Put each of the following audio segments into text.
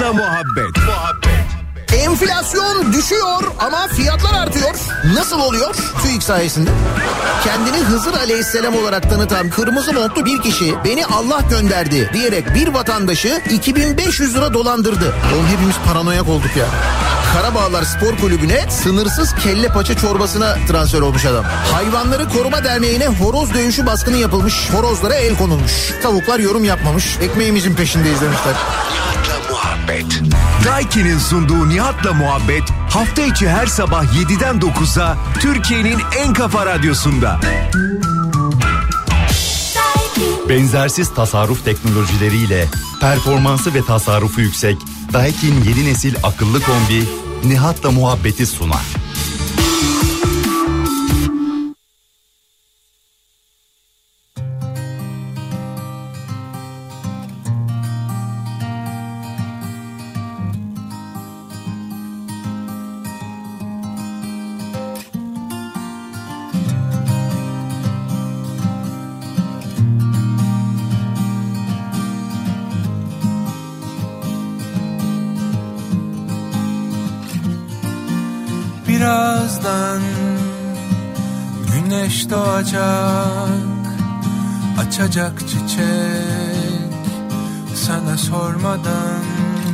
Nihat'la muhabbet. Enflasyon düşüyor ama fiyatlar artıyor. Nasıl oluyor? TÜİK sayesinde. Kendini Hızır Aleyhisselam olarak tanıtan kırmızı montlu bir kişi beni Allah gönderdi diyerek bir vatandaşı 2500 lira dolandırdı. Oğlum hepimiz paranoyak olduk ya. Karabağlar Spor Kulübü'ne sınırsız kelle paça çorbasına transfer olmuş adam. Hayvanları Koruma Derneği'ne horoz dövüşü baskını yapılmış. Horozlara el konulmuş. Tavuklar yorum yapmamış. Ekmeğimizin peşindeyiz demişler. Nihat'la muhabbet. Daiki'nin sunduğu Nihat'la muhabbet hafta içi her sabah 7'den 9'a Türkiye'nin en kafa radyosunda. Benzersiz tasarruf teknolojileriyle performansı ve tasarrufu yüksek Daikin yeni nesil akıllı kombi Nihat'la muhabbeti sunar. Birazdan güneş doğacak, açacak çiçek sana sormadan.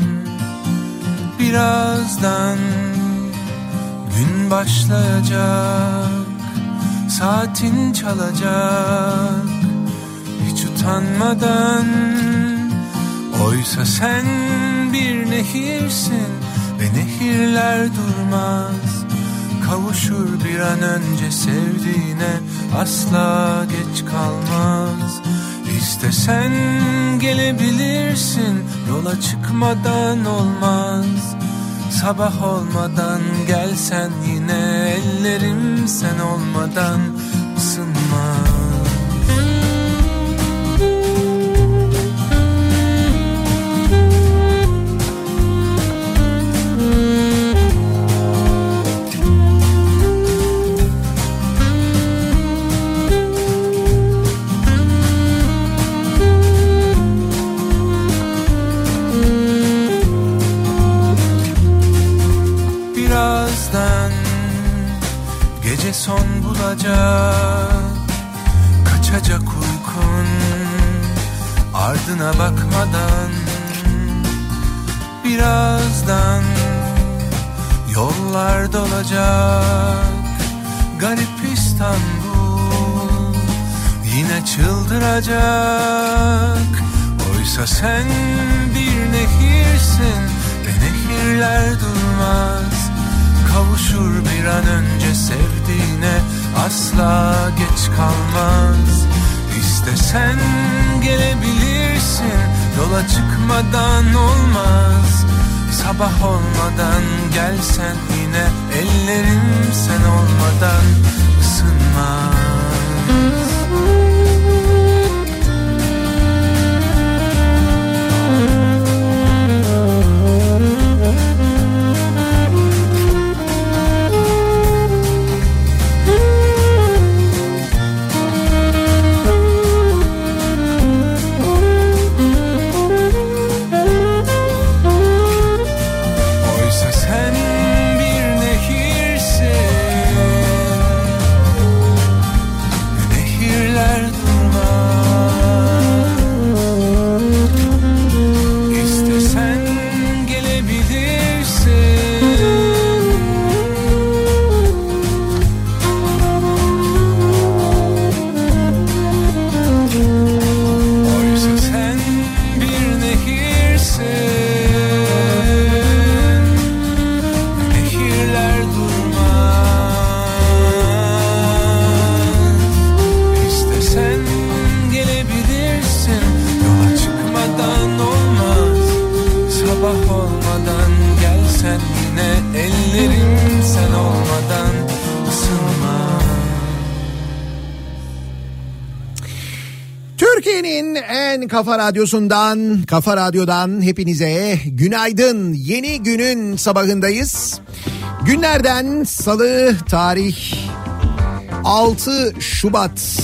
Birazdan gün başlayacak, saatin çalacak hiç utanmadan. Oysa sen bir nehirsin ve nehirler durmaz. Kavuşur bir an önce sevdiğine, asla geç kalmaz. İstesen gelebilirsin, yola çıkmadan olmaz. Sabah olmadan gelsen yine, ellerim sen olmadan ısınmaz. Gece son bulacak, kaçacak uykun ardına bakmadan. Birazdan yollar dolacak, garip İstanbul yine çıldıracak. Oysa sen bir nehirsin ve nehirler durmaz. Kavuşur bir an önce sevdiğine, asla geç kalmaz. İstesen gelebilirsin, yola çıkmadan olmaz. Sabah olmadan gelsen yine, ellerim sen olmadan ısınmaz. Türkiye'nin en kafa radyosundan, Kafa Radyo'dan hepinize günaydın. Yeni günün sabahındayız. Günlerden Salı, tarih 6 Şubat.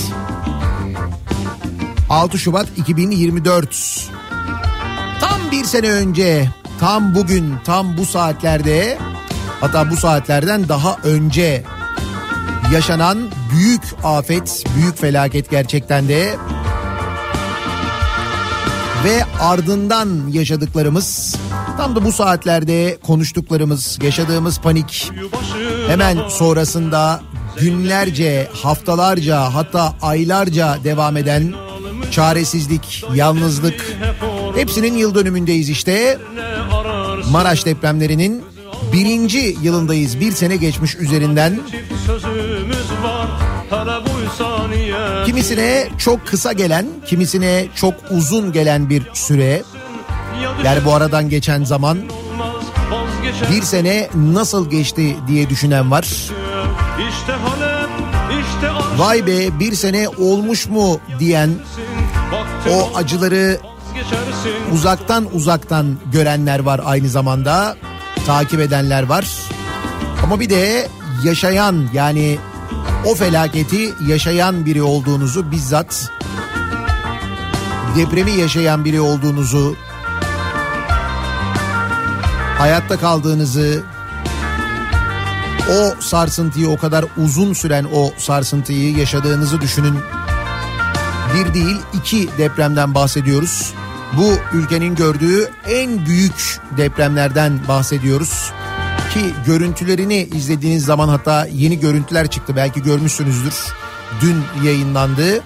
6 Şubat 2024. Tam bir sene önce tam bugün, tam bu saatlerde, hatta bu saatlerden daha önce yaşanan büyük afet, büyük felaket gerçekten de. Ve ardından yaşadıklarımız, tam da bu saatlerde konuştuklarımız, yaşadığımız panik, hemen sonrasında günlerce, haftalarca, hatta aylarca devam eden çaresizlik, yalnızlık, hepsinin yıl dönümündeyiz işte. Maraş depremlerinin 1. yılındayız. 1 sene geçmiş üzerinden. Kimisine çok kısa gelen, kimisine çok uzun gelen bir süre. Yani bu aradan geçen zaman, 1 sene nasıl geçti diye düşünen var. Vay be, 1 sene olmuş mu diyen, o acıları uzaktan görenler var aynı zamanda, takip edenler var. Ama bir de yaşayan, yani o felaketi yaşayan biri olduğunuzu, bizzat depremi yaşayan biri olduğunuzu, hayatta kaldığınızı, o sarsıntıyı, o kadar uzun süren o sarsıntıyı yaşadığınızı düşünün. 1 değil 2 depremden bahsediyoruz. Bu ülkenin gördüğü en büyük depremlerden bahsediyoruz. Ki görüntülerini izlediğiniz zaman, hatta yeni görüntüler çıktı, belki görmüşsünüzdür. Dün yayınlandı.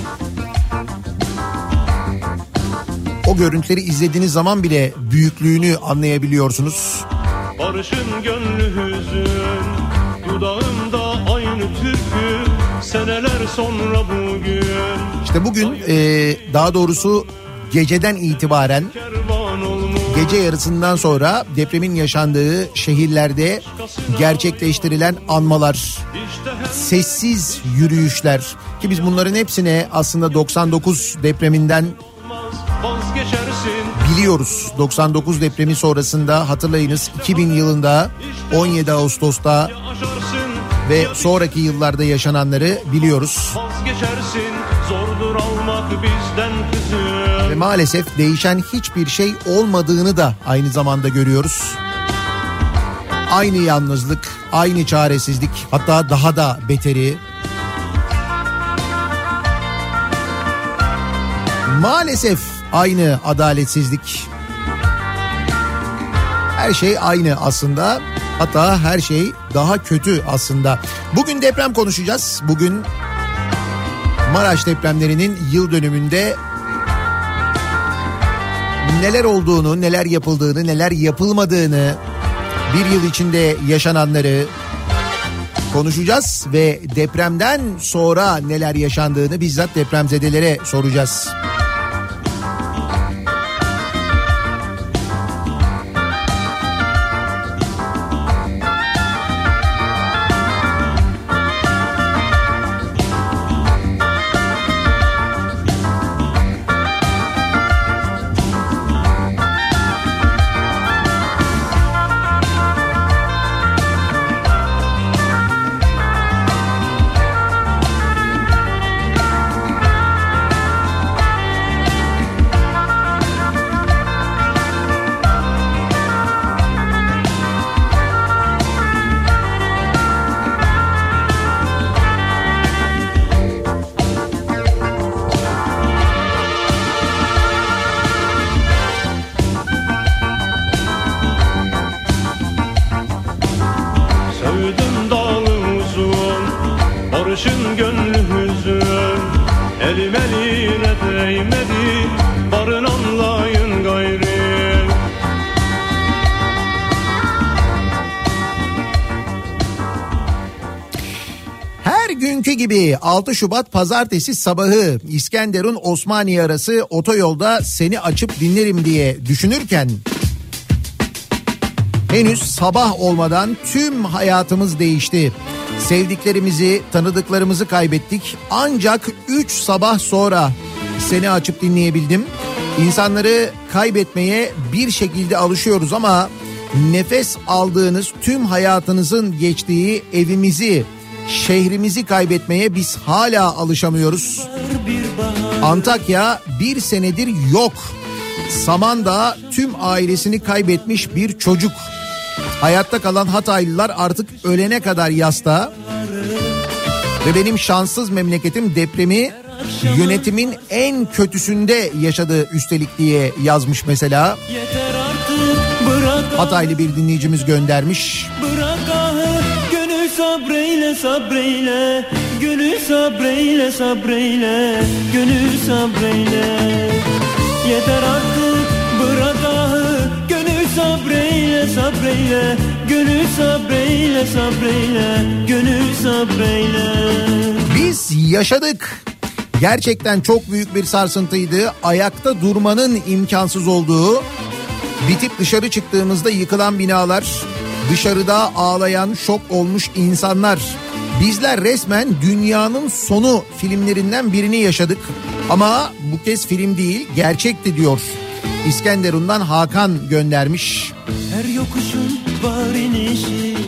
O görüntüleri izlediğiniz zaman bile büyüklüğünü anlayabiliyorsunuz. Barışın gönlü hüzün, dudağımda aynı türkü, seneler sonra bugün. İşte bugün daha doğrusu geceden itibaren, gece yarısından sonra depremin yaşandığı şehirlerde gerçekleştirilen anmalar, sessiz yürüyüşler, ki biz bunların hepsine aslında 99 depreminden biliyoruz. 99 depremi sonrasında hatırlayınız, 2000 yılında 17 Ağustos'ta ve sonraki yıllarda yaşananları biliyoruz. Ve maalesef değişen hiçbir şey olmadığını da aynı zamanda görüyoruz. Aynı yalnızlık, aynı çaresizlik, hatta daha da beteri. Maalesef aynı adaletsizlik. Her şey aynı aslında. Hatta her şey daha kötü aslında. Bugün deprem konuşacağız. Bugün Maraş depremlerinin yıl dönümünde neler olduğunu, neler yapıldığını, neler yapılmadığını, bir yıl içinde yaşananları konuşacağız ve depremden sonra neler yaşandığını bizzat depremzedelere soracağız. Gibi 6 Şubat Pazartesi sabahı İskenderun Osmaniye arası otoyolda seni açıp dinlerim diye düşünürken henüz sabah olmadan tüm hayatımız değişti. Sevdiklerimizi, tanıdıklarımızı kaybettik. Ancak 3 sabah sonra seni açıp dinleyebildim. İnsanları kaybetmeye bir şekilde alışıyoruz ama nefes aldığınız, tüm hayatınızın geçtiği evimizi, şehrimizi kaybetmeye biz hala alışamıyoruz. Antakya 1 senedir yok. Samandağ tüm ailesini kaybetmiş bir çocuk. Hayatta kalan Hataylılar artık ölene kadar yasta. Ve benim şanssız memleketim depremi yönetimin en kötüsünde yaşadı üstelik diye yazmış mesela. Hataylı bir dinleyicimiz göndermiş. Bırak ahı, gönül sabreyle sabreyle, gönül sabreyle sabreyle, gönül sabreyle. Yeter artık bırak ahı, gönül sabreyle sabreyle, gönül sabreyle sabreyle, gönül sabreyle. Biz yaşadık. Gerçekten çok büyük bir sarsıntıydı. Ayakta durmanın imkansız olduğu, bitip dışarı çıktığımızda yıkılan binalar, dışarıda ağlayan, şok olmuş insanlar. Bizler resmen dünyanın sonu filmlerinden birini yaşadık. Ama bu kez film değil, gerçekti diyor. İskenderun'dan Hakan göndermiş. Her yokuşun var inişi.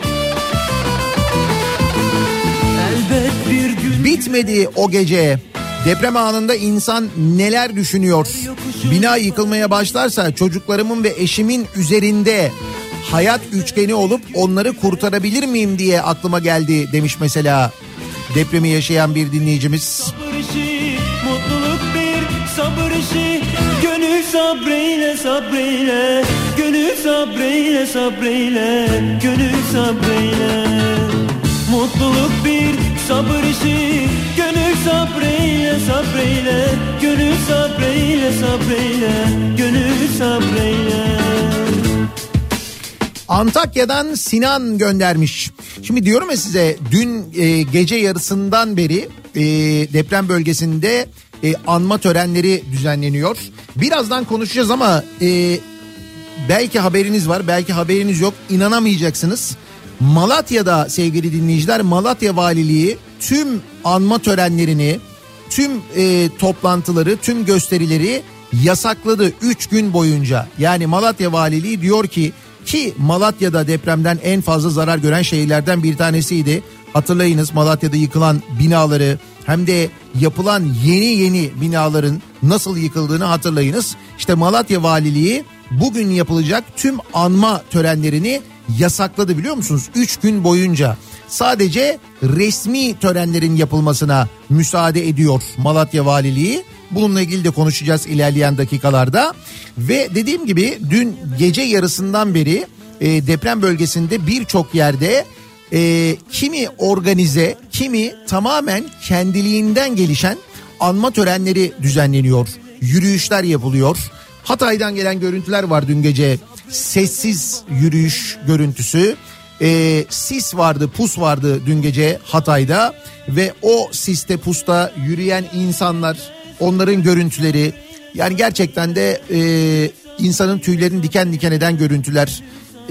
Elbet bir gün Bitmedi o gece. Deprem anında insan neler düşünüyor? Bina yıkılmaya başlarsa çocuklarımın ve eşimin üzerinde hayat üçgeni olup onları kurtarabilir miyim diye aklıma geldi demiş mesela depremi yaşayan bir dinleyicimiz. sabır işi, mutluluk bir sabır işi. Gönül sabreyle sabreyle, gönül sabreyle sabreyle, gönül sabreyle. Mutluluk bir sabır işi, gönül sabreyle sabreyle, gönül sabreyle sabreyle, gönül sabreyle. Antakya'dan Sinan göndermiş. Şimdi diyorum ya size dün gece yarısından beri deprem bölgesinde anma törenleri düzenleniyor. Birazdan konuşacağız ama belki haberiniz var, belki haberiniz yok, inanamayacaksınız. Malatya'da sevgili dinleyiciler, Malatya Valiliği tüm anma törenlerini, tüm toplantıları, tüm gösterileri yasakladı 3 gün boyunca. Yani Malatya Valiliği diyor ki Malatya'da depremden en fazla zarar gören şehirlerden bir tanesiydi. Hatırlayınız Malatya'da yıkılan binaları, hem de yapılan yeni binaların nasıl yıkıldığını hatırlayınız. İşte Malatya Valiliği bugün yapılacak tüm anma törenlerini yasakladı, biliyor musunuz? 3 gün boyunca sadece resmi törenlerin yapılmasına müsaade ediyor Malatya Valiliği. Bununla ilgili de konuşacağız ilerleyen dakikalarda. Ve dediğim gibi dün gece yarısından beri deprem bölgesinde birçok yerde kimi organize, kimi tamamen kendiliğinden gelişen anma törenleri düzenleniyor. Yürüyüşler yapılıyor. Hatay'dan gelen görüntüler var dün gece. Sessiz yürüyüş görüntüsü. Sis vardı, pus vardı dün gece Hatay'da. Ve o siste, pusta yürüyen insanlar, onların görüntüleri, yani gerçekten de insanın tüylerini diken diken eden görüntüler.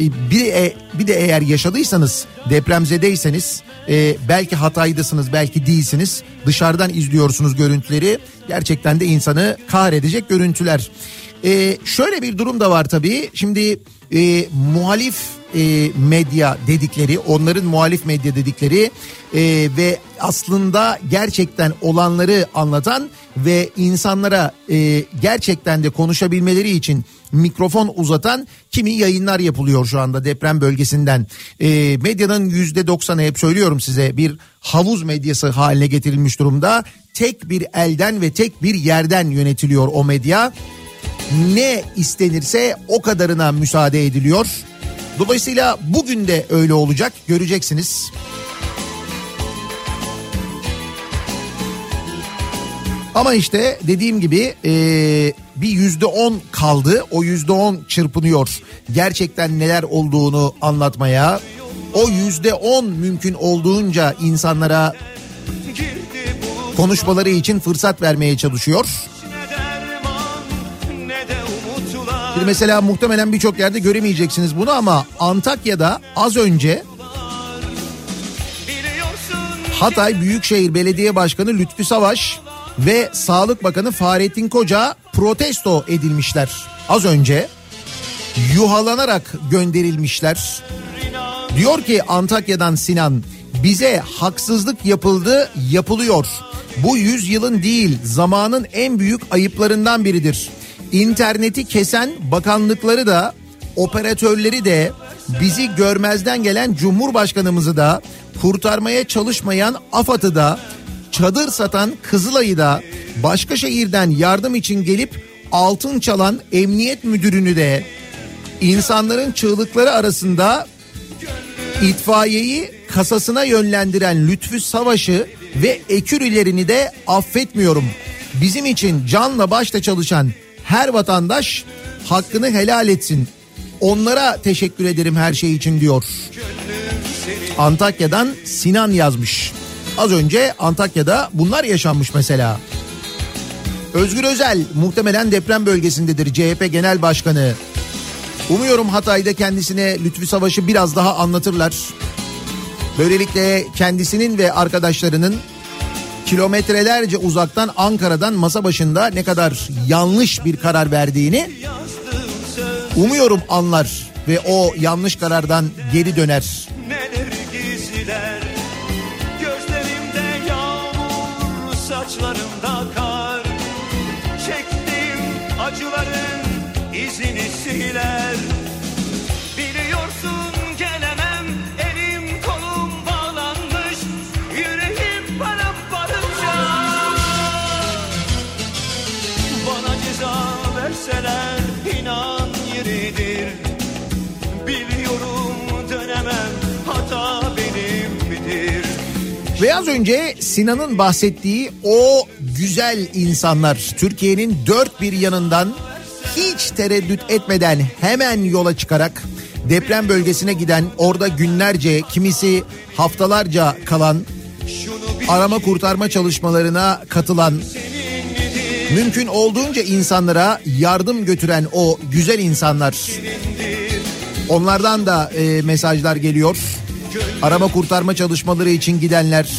Bir de eğer yaşadıysanız, depremzedeyseniz, belki Hatay'dasınız, belki değilsiniz, dışarıdan izliyorsunuz görüntüleri, gerçekten de insanı kahredecek görüntüler. Şöyle bir durum da var tabii. Şimdi muhalif medya dedikleri, onların muhalif medya dedikleri ve aslında gerçekten olanları anlatan ve insanlara gerçekten de konuşabilmeleri için mikrofon uzatan kimi yayınlar yapılıyor şu anda deprem bölgesinden. Medyanın %90'ı, hep söylüyorum size, bir havuz medyası haline getirilmiş durumda. Tek bir elden ve tek bir yerden yönetiliyor o medya. Ne istenirse o kadarına müsaade ediliyor. Dolayısıyla bugün de öyle olacak, göreceksiniz. Ama işte dediğim gibi bir %10 kaldı. O %10 çırpınıyor. Gerçekten neler olduğunu anlatmaya. O %10 mümkün olduğunca insanlara konuşmaları için fırsat vermeye çalışıyor. Şimdi mesela muhtemelen birçok yerde göremeyeceksiniz bunu ama Antakya'da az önce Hatay Büyükşehir Belediye Başkanı Lütfü Savaş ve Sağlık Bakanı Fahrettin Koca protesto edilmişler. Az önce yuhalanarak gönderilmişler. Diyor ki Antakya'dan Sinan, bize haksızlık yapıldı, yapılıyor. Bu yüzyılın değil, zamanın en büyük ayıplarından biridir. İnterneti kesen bakanlıkları da, operatörleri de, bizi görmezden gelen Cumhurbaşkanımızı da, kurtarmaya çalışmayan AFAD'ı da, çadır satan Kızılay'ı da, başka şehirden yardım için gelip altın çalan emniyet müdürünü de, insanların çığlıkları arasında itfaiyeyi kasasına yönlendiren Lütfü Savaş'ı ve ekürülerini de affetmiyorum. Bizim için canla başla çalışan her vatandaş hakkını helal etsin. Onlara teşekkür ederim her şey için diyor. Antakya'dan Sinan yazmış. Az önce Antakya'da bunlar yaşanmış mesela. Özgür Özel muhtemelen deprem bölgesindedir, CHP Genel Başkanı. Umuyorum Hatay'da kendisine Lütfü Savaş'ı biraz daha anlatırlar. Böylelikle kendisinin ve arkadaşlarının kilometrelerce uzaktan Ankara'dan masa başında ne kadar yanlış bir karar verdiğini umuyorum anlar ve o yanlış karardan geri döner. Neler gizler, gözlerimde yağmur, saçlarımda kar. Çektiğim acıların izini siler. Biliyorsun gelemem, elim kolum bağlanmış, yüreğim paramparça. Bana ceza verseler inan yeridir. Biliyorum dönemem, hata benim midir? Ve az önce Sinan'ın bahsettiği o güzel insanlar, Türkiye'nin dört bir yanından hiç tereddüt etmeden hemen yola çıkarak deprem bölgesine giden, orada günlerce, kimisi haftalarca kalan, arama kurtarma çalışmalarına katılan, mümkün olduğunca insanlara yardım götüren o güzel insanlar. Onlardan da mesajlar geliyor. Arama kurtarma çalışmaları için gidenler,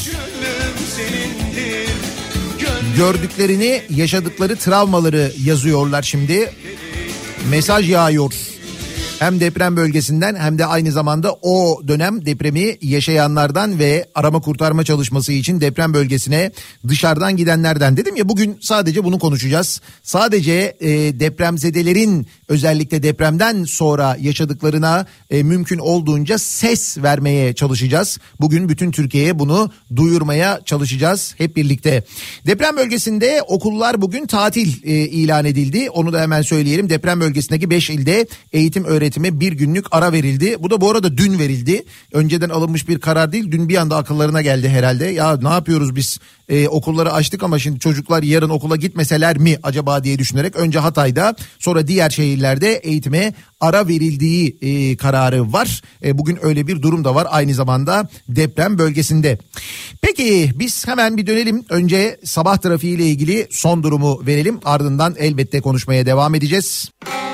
gördüklerini, yaşadıkları travmaları yazıyorlar şimdi. Mesaj yağıyor. Hem deprem bölgesinden hem de aynı zamanda o dönem depremi yaşayanlardan ve arama kurtarma çalışması için deprem bölgesine dışarıdan gidenlerden. Dedim ya, bugün sadece bunu konuşacağız. Sadece depremzedelerin özellikle depremden sonra yaşadıklarına mümkün olduğunca ses vermeye çalışacağız. Bugün bütün Türkiye'ye bunu duyurmaya çalışacağız hep birlikte. Deprem bölgesinde okullar bugün tatil ilan edildi. Onu da hemen söyleyelim. Deprem bölgesindeki 5 ilde eğitim öğretime bir günlük ara verildi. Bu da bu arada dün verildi. Önceden alınmış bir karar değil. Dün bir anda akıllarına geldi herhalde. Ya ne yapıyoruz biz? Okulları açtık ama şimdi çocuklar yarın okula gitmeseler mi acaba diye düşünerek önce Hatay'da, sonra diğer şehirlerde eğitime ara verildiği kararı var. Bugün öyle bir durum da var aynı zamanda deprem bölgesinde. Peki biz hemen bir dönelim. Önce sabah trafiğiyle ilgili son durumu verelim. Ardından elbette konuşmaya devam edeceğiz.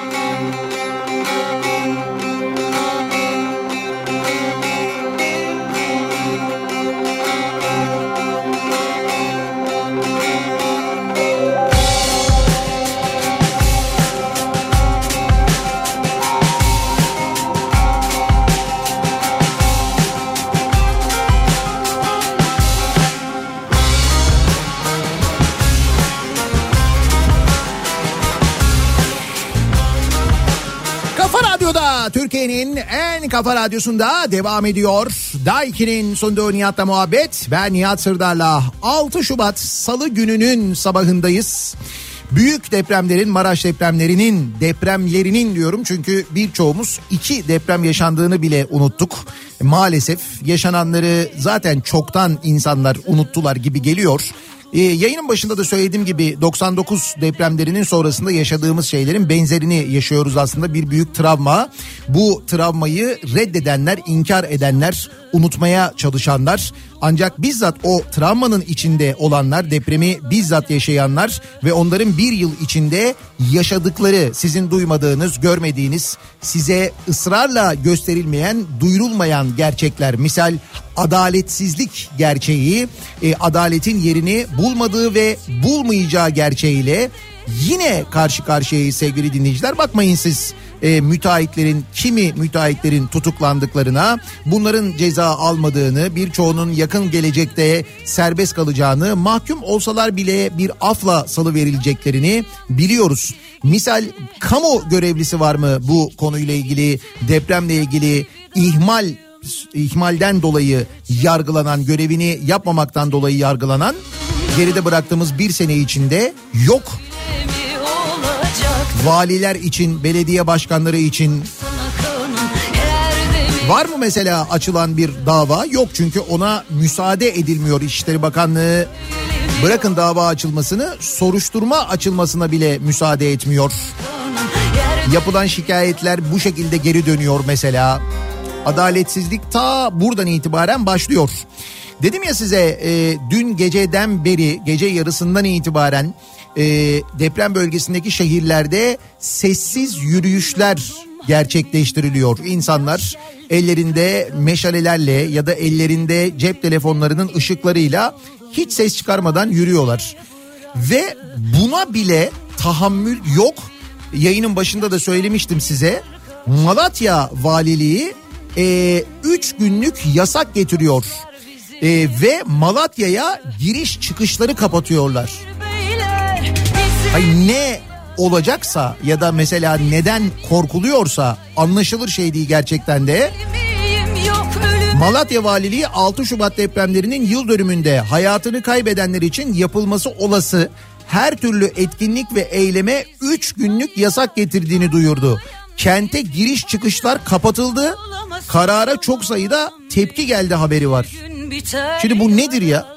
Türkiye'nin en kafa radyosunda devam ediyor. Daiki'nin sunduğu Nihat'la muhabbet. Ben Nihat Sırdar'la 6 Şubat Salı gününün sabahındayız. Büyük depremlerin, Maraş depremlerinin diyorum çünkü birçoğumuz 2 deprem yaşandığını bile unuttuk. Maalesef yaşananları zaten çoktan insanlar unuttular gibi geliyor. Yayının başında da söylediğim gibi 99 depremlerinin sonrasında yaşadığımız şeylerin benzerini yaşıyoruz aslında. Bir büyük travma. Bu travmayı reddedenler, inkar edenler, unutmaya çalışanlar. Ancak bizzat o travmanın içinde olanlar, depremi bizzat yaşayanlar ve onların bir yıl içinde yaşadıkları, sizin duymadığınız, görmediğiniz, size ısrarla gösterilmeyen, duyurulmayan gerçekler. Misal adaletsizlik gerçeği, adaletin yerini bulmadığı ve bulmayacağı gerçeğiyle yine karşı karşıyayız sevgili dinleyiciler. Bakmayın siz kimi müteahhitlerin tutuklandıklarına, bunların ceza almadığını, birçoğunun yakın gelecekte serbest kalacağını, mahkum olsalar bile bir afla salıverileceklerini biliyoruz. Misal kamu görevlisi var mı bu konuyla ilgili, depremle ilgili ihmalden dolayı yargılanan, görevini yapmamaktan dolayı yargılanan, geride bıraktığımız bir sene içinde yok. Valiler için, belediye başkanları için var mı mesela açılan bir dava? Yok, çünkü ona müsaade edilmiyor. İçişleri Bakanlığı bırakın dava açılmasını, soruşturma açılmasına bile müsaade etmiyor. Yapılan şikayetler bu şekilde geri dönüyor mesela. Adaletsizlik ta buradan itibaren başlıyor. Dedim ya size dün geceden beri, gece yarısından itibaren deprem bölgesindeki şehirlerde sessiz yürüyüşler gerçekleştiriliyor. İnsanlar ellerinde meşalelerle ya da ellerinde cep telefonlarının ışıklarıyla hiç ses çıkarmadan yürüyorlar. Ve buna bile tahammül yok. Yayının başında da söylemiştim size. Malatya Valiliği 3 günlük yasak getiriyor. Ve Malatya'ya giriş çıkışları kapatıyorlar. Ay, ne olacaksa ya da mesela neden korkuluyorsa anlaşılır şey değil gerçekten de. Malatya Valiliği 6 Şubat depremlerinin yıl dönümünde hayatını kaybedenler için yapılması olası her türlü etkinlik ve eyleme 3 günlük yasak getirdiğini duyurdu. Kente giriş çıkışlar kapatıldı. Karara çok sayıda tepki geldi haberi var. Şimdi bu nedir ya?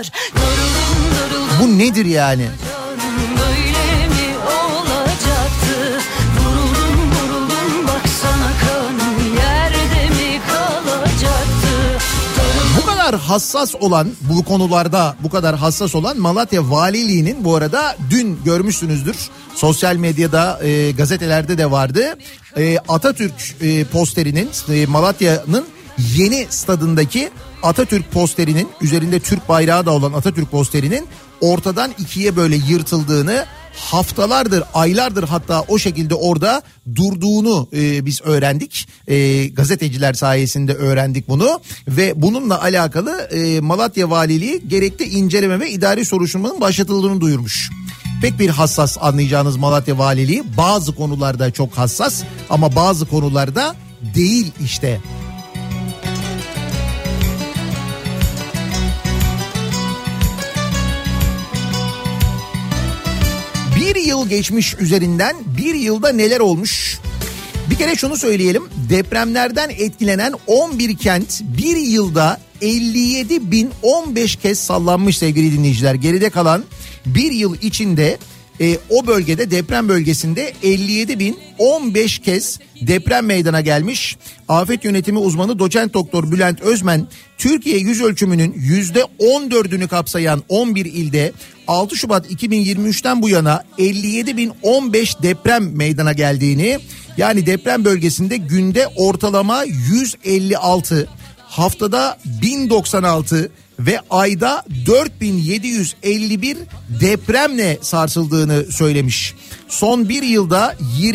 Bu nedir yani? Hassas olan, bu konularda bu kadar hassas olan Malatya Valiliği'nin, bu arada dün görmüşsünüzdür sosyal medyada, gazetelerde de vardı, Atatürk posterinin, Malatya'nın yeni stadındaki Atatürk posterinin üzerinde Türk bayrağı da olan Atatürk posterinin ortadan ikiye böyle yırtıldığını, haftalardır, aylardır hatta o şekilde orada durduğunu biz öğrendik. Gazeteciler sayesinde öğrendik bunu ve bununla alakalı Malatya Valiliği gerekli inceleme ve idari soruşturmanın başlatıldığını duyurmuş. Pek bir hassas, anlayacağınız Malatya Valiliği bazı konularda çok hassas ama bazı konularda değil işte. Bir yıl geçmiş üzerinden, bir yılda neler olmuş? Bir kere şunu söyleyelim, depremlerden etkilenen 11 kent bir yılda 57.015 kez sallanmış sevgili dinleyiciler. Geride kalan bir yıl içinde o bölgede, deprem bölgesinde 57.015 kez deprem meydana gelmiş. Afet yönetimi uzmanı doçent doktor Bülent Özmen, Türkiye yüz ölçümünün %14'ünü kapsayan 11 ilde 6 Şubat 2023'ten bu yana 57.015 deprem meydana geldiğini, yani deprem bölgesinde günde ortalama 156, haftada 1096 ve ayda 4751 depremle sarsıldığını söylemiş. Son bir yılda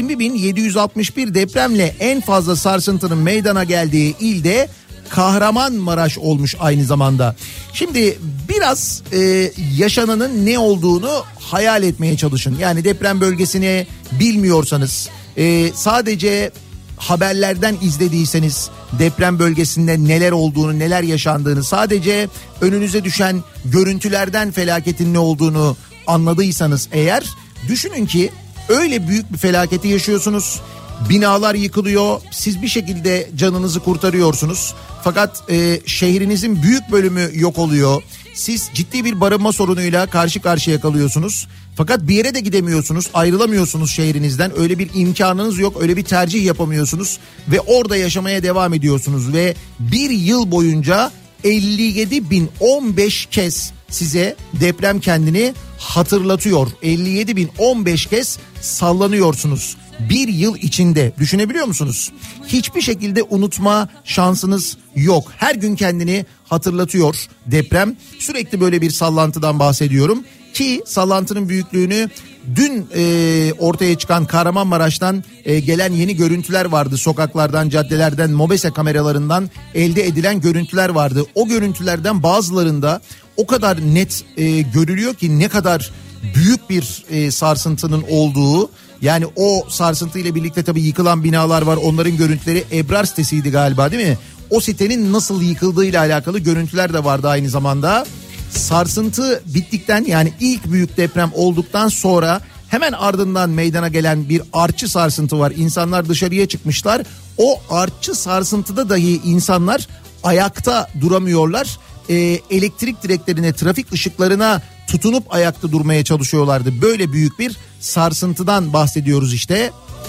20.761 depremle en fazla sarsıntının meydana geldiği ilde Kahramanmaraş olmuş aynı zamanda. Şimdi biraz yaşananın ne olduğunu hayal etmeye çalışın. Yani deprem bölgesini bilmiyorsanız, sadece haberlerden izlediyseniz deprem bölgesinde neler olduğunu, neler yaşandığını, sadece önünüze düşen görüntülerden felaketin ne olduğunu anladıysanız eğer, düşünün ki öyle büyük bir felaketi yaşıyorsunuz. Binalar yıkılıyor, siz bir şekilde canınızı kurtarıyorsunuz. Fakat şehrinizin büyük bölümü yok oluyor. Siz ciddi bir barınma sorunuyla karşı karşıya kalıyorsunuz. Fakat bir yere de gidemiyorsunuz, ayrılamıyorsunuz şehrinizden. Öyle bir imkanınız yok, öyle bir tercih yapamıyorsunuz. Ve orada yaşamaya devam ediyorsunuz. Ve bir yıl boyunca 57.015 kez size deprem kendini hatırlatıyor. 57.015 kez sallanıyorsunuz. Bir yıl içinde, düşünebiliyor musunuz? Hiçbir şekilde unutma şansınız yok. Her gün kendini hatırlatıyor deprem. Sürekli böyle bir sallantıdan bahsediyorum. Ki sallantının büyüklüğünü dün ortaya çıkan Kahramanmaraş'tan gelen yeni görüntüler vardı. Sokaklardan, caddelerden, MOBESE kameralarından elde edilen görüntüler vardı. O görüntülerden bazılarında o kadar net görülüyor ki ne kadar büyük bir sarsıntının olduğu. Yani o sarsıntı ile birlikte tabii yıkılan binalar var. Onların görüntüleri, Ebrar sitesiydi galiba, değil mi? O sitenin nasıl yıkıldığıyla alakalı görüntüler de vardı aynı zamanda. Sarsıntı bittikten, yani ilk büyük deprem olduktan sonra hemen ardından meydana gelen bir artçı sarsıntı var. İnsanlar dışarıya çıkmışlar. O artçı sarsıntıda dahi insanlar ayakta duramıyorlar. Elektrik direklerine, trafik ışıklarına tutunup ayakta durmaya çalışıyorlardı. Böyle büyük bir sarsıntıdan bahsediyoruz işte.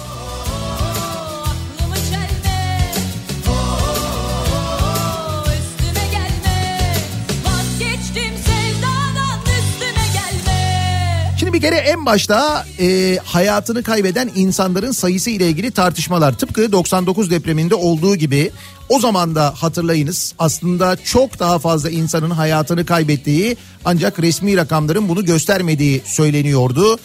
Bir kere en başta hayatını kaybeden insanların sayısı ile ilgili tartışmalar, tıpkı 99 depreminde olduğu gibi o zaman da hatırlayınız, aslında çok daha fazla insanın hayatını kaybettiği, ancak resmi rakamların bunu göstermediği söyleniyordu.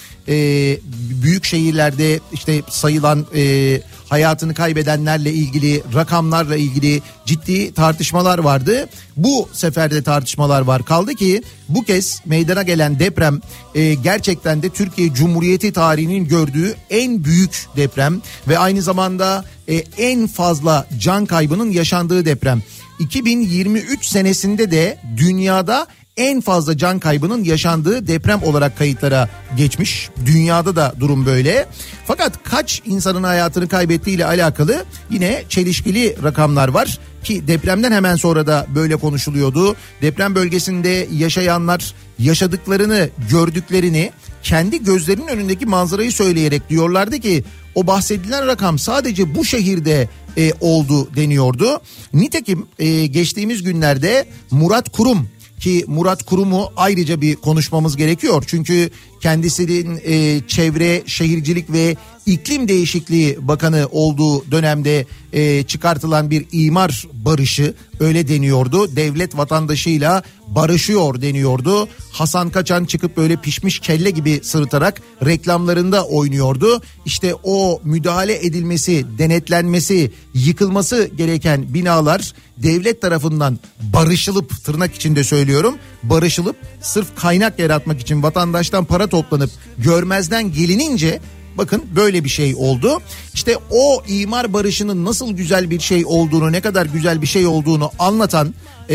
Büyük şehirlerde işte sayılan hayatını kaybedenlerle ilgili, rakamlarla ilgili ciddi tartışmalar vardı. Bu sefer de tartışmalar var. Kaldı ki bu kez meydana gelen deprem gerçekten de Türkiye Cumhuriyeti tarihinin gördüğü en büyük deprem ve aynı zamanda en fazla can kaybının yaşandığı deprem. 2023 senesinde de dünyada en fazla can kaybının yaşandığı deprem olarak kayıtlara geçmiş. Dünyada da durum böyle. Fakat kaç insanın hayatını kaybettiğiyle alakalı yine çelişkili rakamlar var. Ki depremden hemen sonra da böyle konuşuluyordu. Deprem bölgesinde yaşayanlar yaşadıklarını, gördüklerini, kendi gözlerinin önündeki manzarayı söyleyerek diyorlardı ki o bahsedilen rakam sadece bu şehirde oldu deniyordu. Nitekim geçtiğimiz günlerde Murat Kurum, ki Murat Kurum'u ayrıca bir konuşmamız gerekiyor. Çünkü kendisinin Çevre, Şehircilik ve İklim Değişikliği Bakanı olduğu dönemde çıkartılan bir imar barışı, öyle deniyordu. Devlet vatandaşıyla barışıyor deniyordu. Hasan Kaçan çıkıp böyle pişmiş kelle gibi sırıtarak reklamlarında oynuyordu. İşte o müdahale edilmesi, denetlenmesi, yıkılması gereken binalar devlet tarafından barışılıp, tırnak içinde söylüyorum, barışılıp sırf kaynak yaratmak için vatandaştan para toplanıp görmezden gelinince bakın böyle bir şey oldu. İşte o imar barışının nasıl güzel bir şey olduğunu, ne kadar güzel bir şey olduğunu anlatan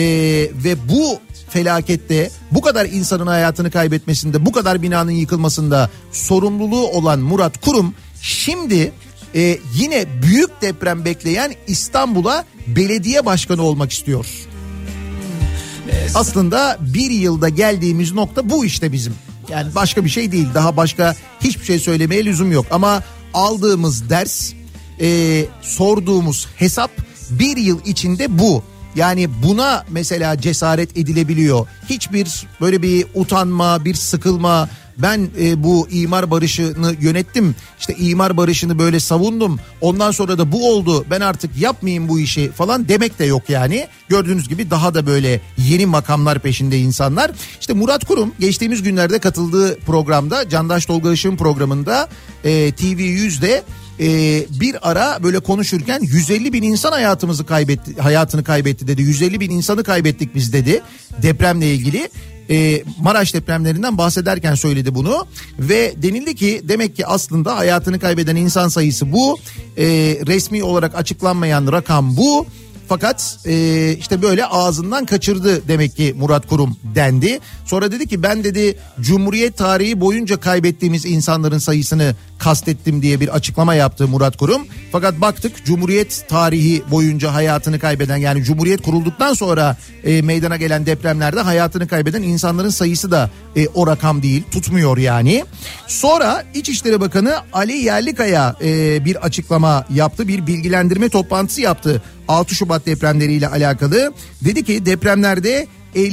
ve bu felakette bu kadar insanın hayatını kaybetmesinde, bu kadar binanın yıkılmasında sorumluluğu olan Murat Kurum şimdi yine büyük deprem bekleyen İstanbul'a belediye başkanı olmak istiyor. Aslında bir yılda geldiğimiz nokta bu işte bizim. Yani başka bir şey değil. Daha başka hiçbir şey söylemeye lüzum yok. Ama aldığımız ders, sorduğumuz hesap bir yıl içinde bu. Yani buna mesela cesaret edilebiliyor. Hiçbir böyle bir utanma, bir sıkılma. Ben bu imar barışını yönettim. İşte imar barışını böyle savundum. Ondan sonra da bu oldu. Ben artık yapmayayım bu işi falan demek de yok yani. Gördüğünüz gibi daha da böyle yeni makamlar peşinde insanlar. İşte Murat Kurum geçtiğimiz günlerde katıldığı programda, Candaş Tolga Işık'ın programında TV100'de bir ara böyle konuşurken 150 bin insan hayatını kaybetti dedi. 150 bin insanı kaybettik biz dedi depremle ilgili. Maraş depremlerinden bahsederken söyledi bunu ve denildi ki demek ki aslında hayatını kaybeden insan sayısı bu, resmi olarak açıklanmayan rakam bu. Fakat işte böyle ağzından kaçırdı demek ki Murat Kurum dendi. Sonra dedi ki ben dedi Cumhuriyet tarihi boyunca kaybettiğimiz insanların sayısını kastettim diye bir açıklama yaptı Murat Kurum. Fakat baktık Cumhuriyet tarihi boyunca hayatını kaybeden, yani Cumhuriyet kurulduktan sonra meydana gelen depremlerde hayatını kaybeden insanların sayısı da o rakam değil, tutmuyor yani. Sonra İçişleri Bakanı Ali Yerlikaya bir açıklama yaptı, bir bilgilendirme toplantısı yaptı 6 Şubat depremleriyle alakalı. Dedi ki depremlerde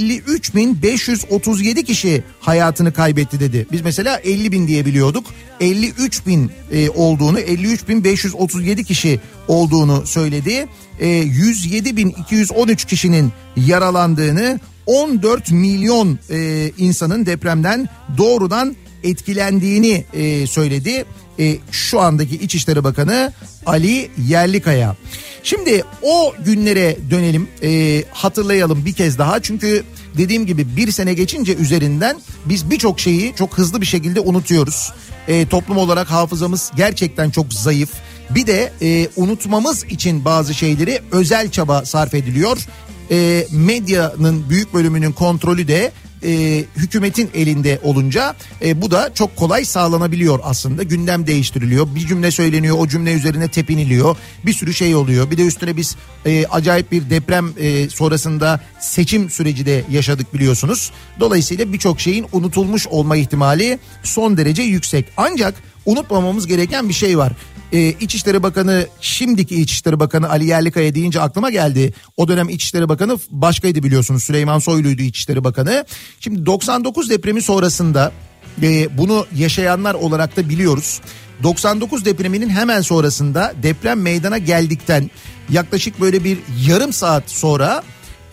53.537 kişi hayatını kaybetti dedi. Biz mesela 50 bin diye biliyorduk. 53.000 olduğunu, 53.537 kişi olduğunu söyledi. 107.213 kişinin yaralandığını, 14 milyon insanın depremden doğrudan etkilendiğini söyledi. Şu andaki İçişleri Bakanı Ali Yerlikaya. Şimdi o günlere dönelim, hatırlayalım bir kez daha. Çünkü dediğim gibi bir sene geçince üzerinden biz birçok şeyi çok hızlı bir şekilde unutuyoruz. Toplum olarak hafızamız gerçekten çok zayıf. Bir de unutmamız için bazı şeyleri özel çaba sarf ediliyor. Medyanın büyük bölümünün kontrolü de hükümetin elinde olunca bu da çok kolay sağlanabiliyor aslında. Gündem değiştiriliyor, bir cümle söyleniyor, o cümle üzerine tepiniliyor, bir sürü şey oluyor. Bir de üstüne biz acayip bir deprem sonrasında seçim süreci de yaşadık biliyorsunuz. Dolayısıyla birçok şeyin unutulmuş olma ihtimali son derece yüksek. Ancak unutmamamız gereken bir şey var. İçişleri Bakanı, şimdiki İçişleri Bakanı Ali Yerlikaya deyince aklıma geldi. O dönem İçişleri Bakanı başkaydı biliyorsunuz. Süleyman Soylu'ydu İçişleri Bakanı. Şimdi 99 depremi sonrasında bunu yaşayanlar olarak da biliyoruz. 99 depreminin hemen sonrasında deprem meydana geldikten yaklaşık böyle bir yarım saat sonra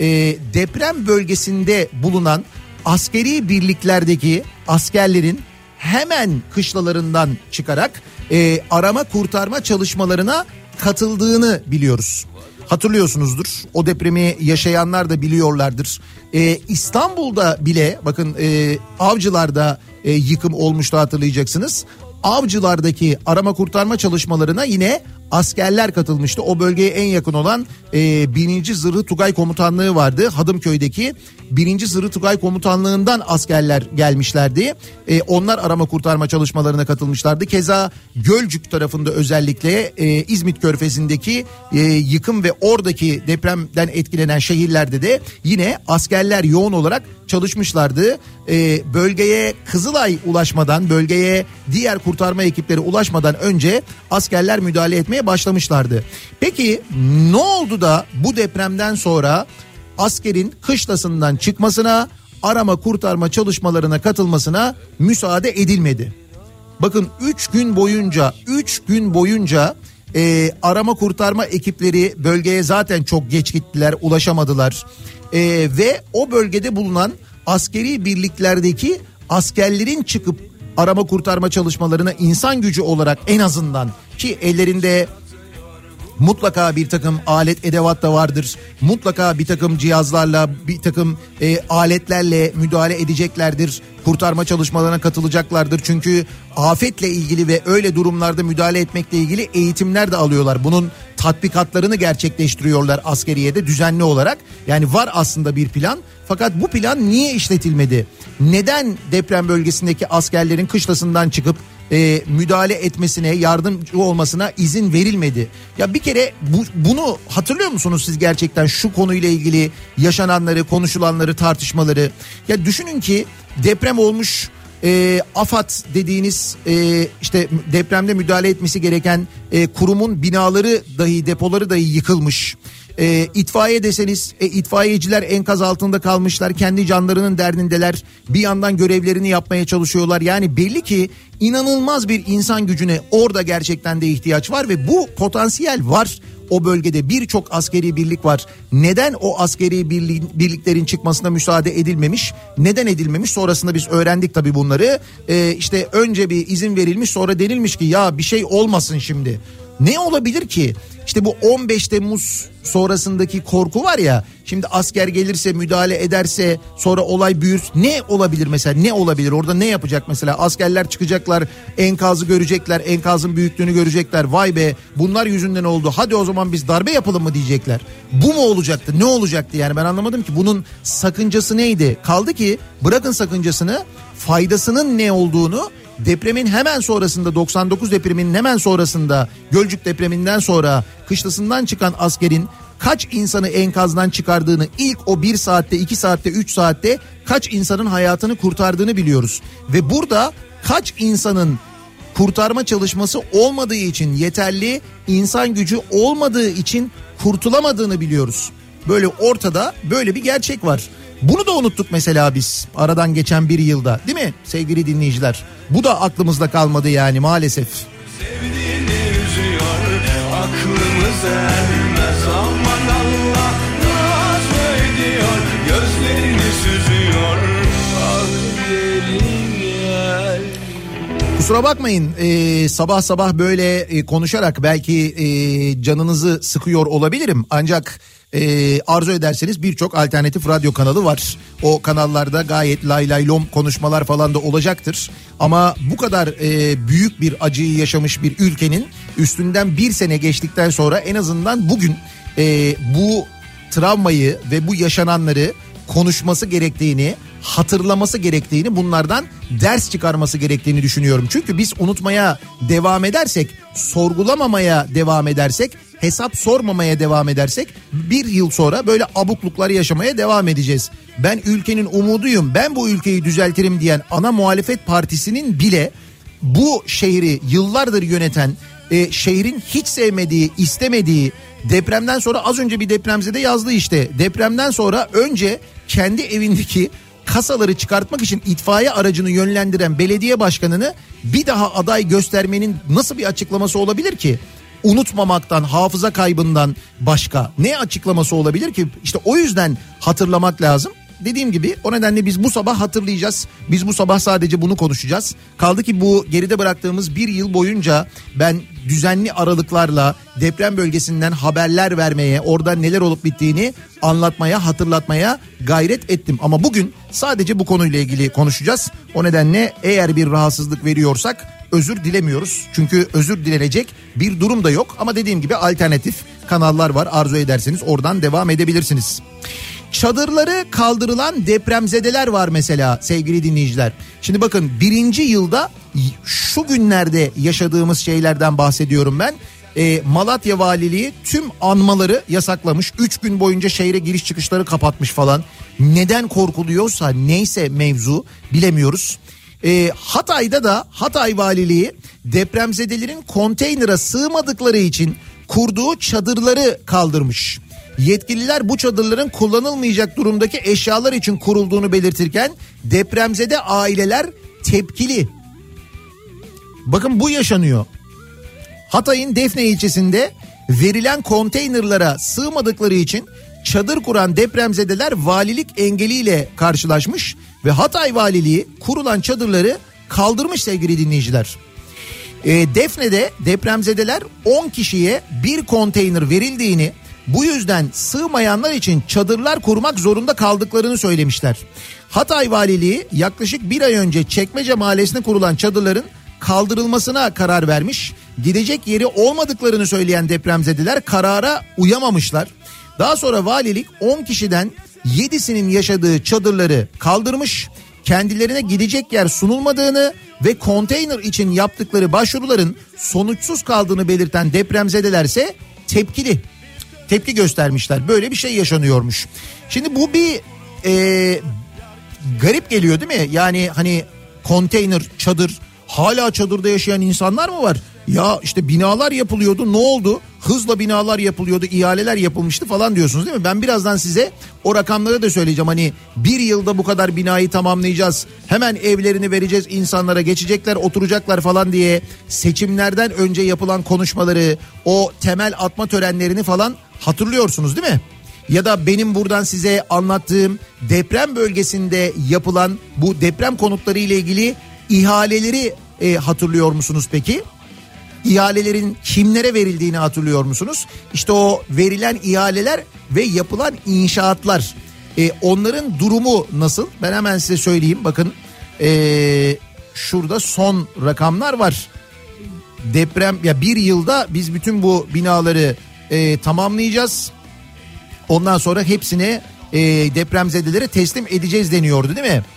deprem bölgesinde bulunan askeri birliklerdeki askerlerin hemen kışlalarından çıkarak arama kurtarma çalışmalarına katıldığını biliyoruz. Hatırlıyorsunuzdur, o depremi yaşayanlar da biliyorlardır. İstanbul'da bile bakın Avcılar'da yıkım olmuştu, hatırlayacaksınız. Avcılar'daki arama kurtarma çalışmalarına yine askerler katılmıştı. O bölgeye en yakın olan 1. Zırhlı Tugay Komutanlığı vardı. Hadımköy'deki 1. Zırhlı Tugay Komutanlığı'ndan askerler gelmişlerdi. Onlar arama kurtarma çalışmalarına katılmışlardı. Keza Gölcük tarafında özellikle İzmit Körfezi'ndeki yıkım ve oradaki depremden etkilenen şehirlerde de yine askerler yoğun olarak çalışmışlardı. Bölgeye Kızılay ulaşmadan, bölgeye diğer kurtarma ekipleri ulaşmadan önce askerler müdahale etmeye başlamışlardı. Peki ne oldu da bu depremden sonra askerin kışlasından çıkmasına, arama kurtarma çalışmalarına katılmasına müsaade edilmedi? Bakın 3 gün boyunca arama kurtarma ekipleri bölgeye zaten çok geç gittiler, ulaşamadılar. Ve o bölgede bulunan askeri birliklerdeki askerlerin çıkıp arama kurtarma çalışmalarına insan gücü olarak en azından, ki ellerinde mutlaka bir takım alet edevat da vardır. Mutlaka bir takım cihazlarla, bir takım aletlerle müdahale edeceklerdir. Kurtarma çalışmalarına katılacaklardır. Çünkü afetle ilgili ve öyle durumlarda müdahale etmekle ilgili eğitimler de alıyorlar. Bunun tatbikatlarını gerçekleştiriyorlar askeriyede düzenli olarak. Yani var aslında bir plan. Fakat bu plan niye işletilmedi? Neden deprem bölgesindeki askerlerin kışlasından çıkıp müdahale etmesine, yardımcı olmasına izin verilmedi? Ya bir kere bunu hatırlıyor musunuz siz gerçekten, şu konuyla ilgili yaşananları, konuşulanları, tartışmaları? Ya düşünün ki deprem olmuş, AFAD dediğiniz işte depremde müdahale etmesi gereken kurumun binaları dahi, depoları dahi yıkılmış. İtfaiye deseniz itfaiyeciler enkaz altında kalmışlar, kendi canlarının derdindeler, bir yandan görevlerini yapmaya çalışıyorlar. Yani belli ki inanılmaz bir insan gücüne orada gerçekten de ihtiyaç var ve bu potansiyel var. O bölgede birçok askeri birlik var. Neden o askeri birliklerin çıkmasına müsaade edilmemiş? Neden edilmemiş? Sonrasında biz öğrendik tabii bunları. İşte önce bir izin verilmiş, sonra denilmiş ki ya bir şey olmasın şimdi. Ne olabilir ki? İşte bu 15 Temmuz sonrasındaki korku var ya, şimdi asker gelirse, müdahale ederse, sonra olay büyür. Ne olabilir mesela, ne olabilir orada, ne yapacak mesela? Askerler çıkacaklar, enkazı görecekler, enkazın büyüklüğünü görecekler. Vay be, bunlar yüzünden oldu, hadi o zaman biz darbe yapalım mı diyecekler. Bu mu olacaktı, ne olacaktı yani? Ben anlamadım ki bunun sakıncası neydi? Kaldı ki bırakın sakıncasını, faydasının ne olduğunu depremin hemen sonrasında, 99 depreminin hemen sonrasında, Gölcük depreminden sonra kışlasından çıkan askerin kaç insanı enkazdan çıkardığını, ilk o 1 saatte, 2 saatte, 3 saatte kaç insanın hayatını kurtardığını biliyoruz. Ve burada kaç insanın kurtarma çalışması olmadığı için, yeterli insan gücü olmadığı için kurtulamadığını biliyoruz. Böyle ortada böyle bir gerçek var. Bunu da unuttuk mesela biz aradan geçen bir yılda, değil mi sevgili dinleyiciler? Bu da aklımızda kalmadı yani maalesef. Sevdiğini üzüyor, aklımız ermez, aman Allah nasıl ediyor, gözlerini Kusura bakmayın sabah sabah böyle konuşarak belki canınızı sıkıyor olabilirim. Ancak arzu ederseniz birçok alternatif radyo kanalı var. O kanallarda gayet lay lay lom konuşmalar falan da olacaktır. Ama bu kadar büyük bir acıyı yaşamış bir ülkenin üstünden bir sene geçtikten sonra en azından bugün bu travmayı ve bu yaşananları konuşması gerektiğini, hatırlaması gerektiğini, bunlardan ders çıkarması gerektiğini düşünüyorum. Çünkü biz unutmaya devam edersek, sorgulamamaya devam edersek, hesap sormamaya devam edersek bir yıl sonra böyle abuklukları yaşamaya devam edeceğiz. Ben ülkenin umuduyum, ben bu ülkeyi düzeltirim diyen ana muhalefet partisinin bile bu şehri yıllardır yöneten, şehrin hiç sevmediği, istemediği, depremden sonra az önce bir depremzede yazdı işte. Depremden sonra önce kendi evindeki kasaları çıkartmak için itfaiye aracını yönlendiren belediye başkanını bir daha aday göstermenin nasıl bir açıklaması olabilir ki? Unutmamaktan, hafıza kaybından başka ne açıklaması olabilir ki? İşte o yüzden hatırlamak lazım. Dediğim gibi o nedenle biz bu sabah hatırlayacağız. Biz bu sabah sadece bunu konuşacağız. Kaldı ki bu geride bıraktığımız bir yıl boyunca ben düzenli aralıklarla deprem bölgesinden haberler vermeye, orada neler olup bittiğini anlatmaya, hatırlatmaya gayret ettim. Ama bugün sadece bu konuyla ilgili konuşacağız. O nedenle eğer bir rahatsızlık veriyorsak özür dilemiyoruz. Çünkü özür dilenecek bir durum da yok. Ama dediğim gibi alternatif kanallar var. Arzu ederseniz oradan devam edebilirsiniz. Çadırları kaldırılan depremzedeler var mesela sevgili dinleyiciler. Şimdi bakın birinci yılda şu günlerde yaşadığımız şeylerden bahsediyorum ben. Malatya Valiliği tüm anmaları yasaklamış. 3 gün boyunca şehre giriş çıkışları kapatmış falan. Neden korkuluyorsa neyse mevzu bilemiyoruz. Hatay'da da Hatay Valiliği depremzedelerin konteynere sığmadıkları için kurduğu çadırları kaldırmış. Yetkililer bu çadırların kullanılmayacak durumdaki eşyalar için kurulduğunu belirtirken depremzede aileler tepkili. Bakın bu yaşanıyor. Hatay'ın Defne ilçesinde verilen konteynerlara sığmadıkları için çadır kuran depremzedeler valilik engeliyle karşılaşmış ve Hatay Valiliği kurulan çadırları kaldırmış sevgili dinleyiciler. Defne'de depremzedeler 10 kişiye bir konteyner verildiğini, bu yüzden sığmayanlar için çadırlar kurmak zorunda kaldıklarını söylemişler. Hatay Valiliği yaklaşık bir ay önce Çekmece Mahallesi'ne kurulan çadırların kaldırılmasına karar vermiş. Gidecek yeri olmadıklarını söyleyen depremzedeler karara uyamamışlar. Daha sonra valilik 10 kişiden 7'sinin yaşadığı çadırları kaldırmış. Kendilerine gidecek yer sunulmadığını ve konteyner için yaptıkları başvuruların sonuçsuz kaldığını belirten depremzedelerse tepki göstermişler. Böyle bir şey yaşanıyormuş. Şimdi bu bir garip geliyor değil mi? Yani hani konteyner, çadır, hala çadırda yaşayan insanlar mı var? Ya işte binalar yapılıyordu, ne oldu? Hızla binalar yapılıyordu, ihaleler yapılmıştı falan diyorsunuz değil mi? Ben birazdan size o rakamları da söyleyeceğim. Hani bir yılda bu kadar binayı tamamlayacağız, hemen evlerini vereceğiz insanlara, geçecekler, oturacaklar falan diye seçimlerden önce yapılan konuşmaları, o temel atma törenlerini falan hatırlıyorsunuz değil mi? Ya da benim buradan size anlattığım deprem bölgesinde yapılan bu deprem konutları ile ilgili ihaleleri hatırlıyor musunuz peki? İhalelerin kimlere verildiğini hatırlıyor musunuz? İşte o verilen ihaleler ve yapılan inşaatlar, onların durumu nasıl? Ben hemen size söyleyeyim. Bakın şurada son rakamlar var. Deprem ya bir yılda biz bütün bu binaları tamamlayacağız. Ondan sonra hepsini depremzedelere teslim edeceğiz deniyordu değil mi?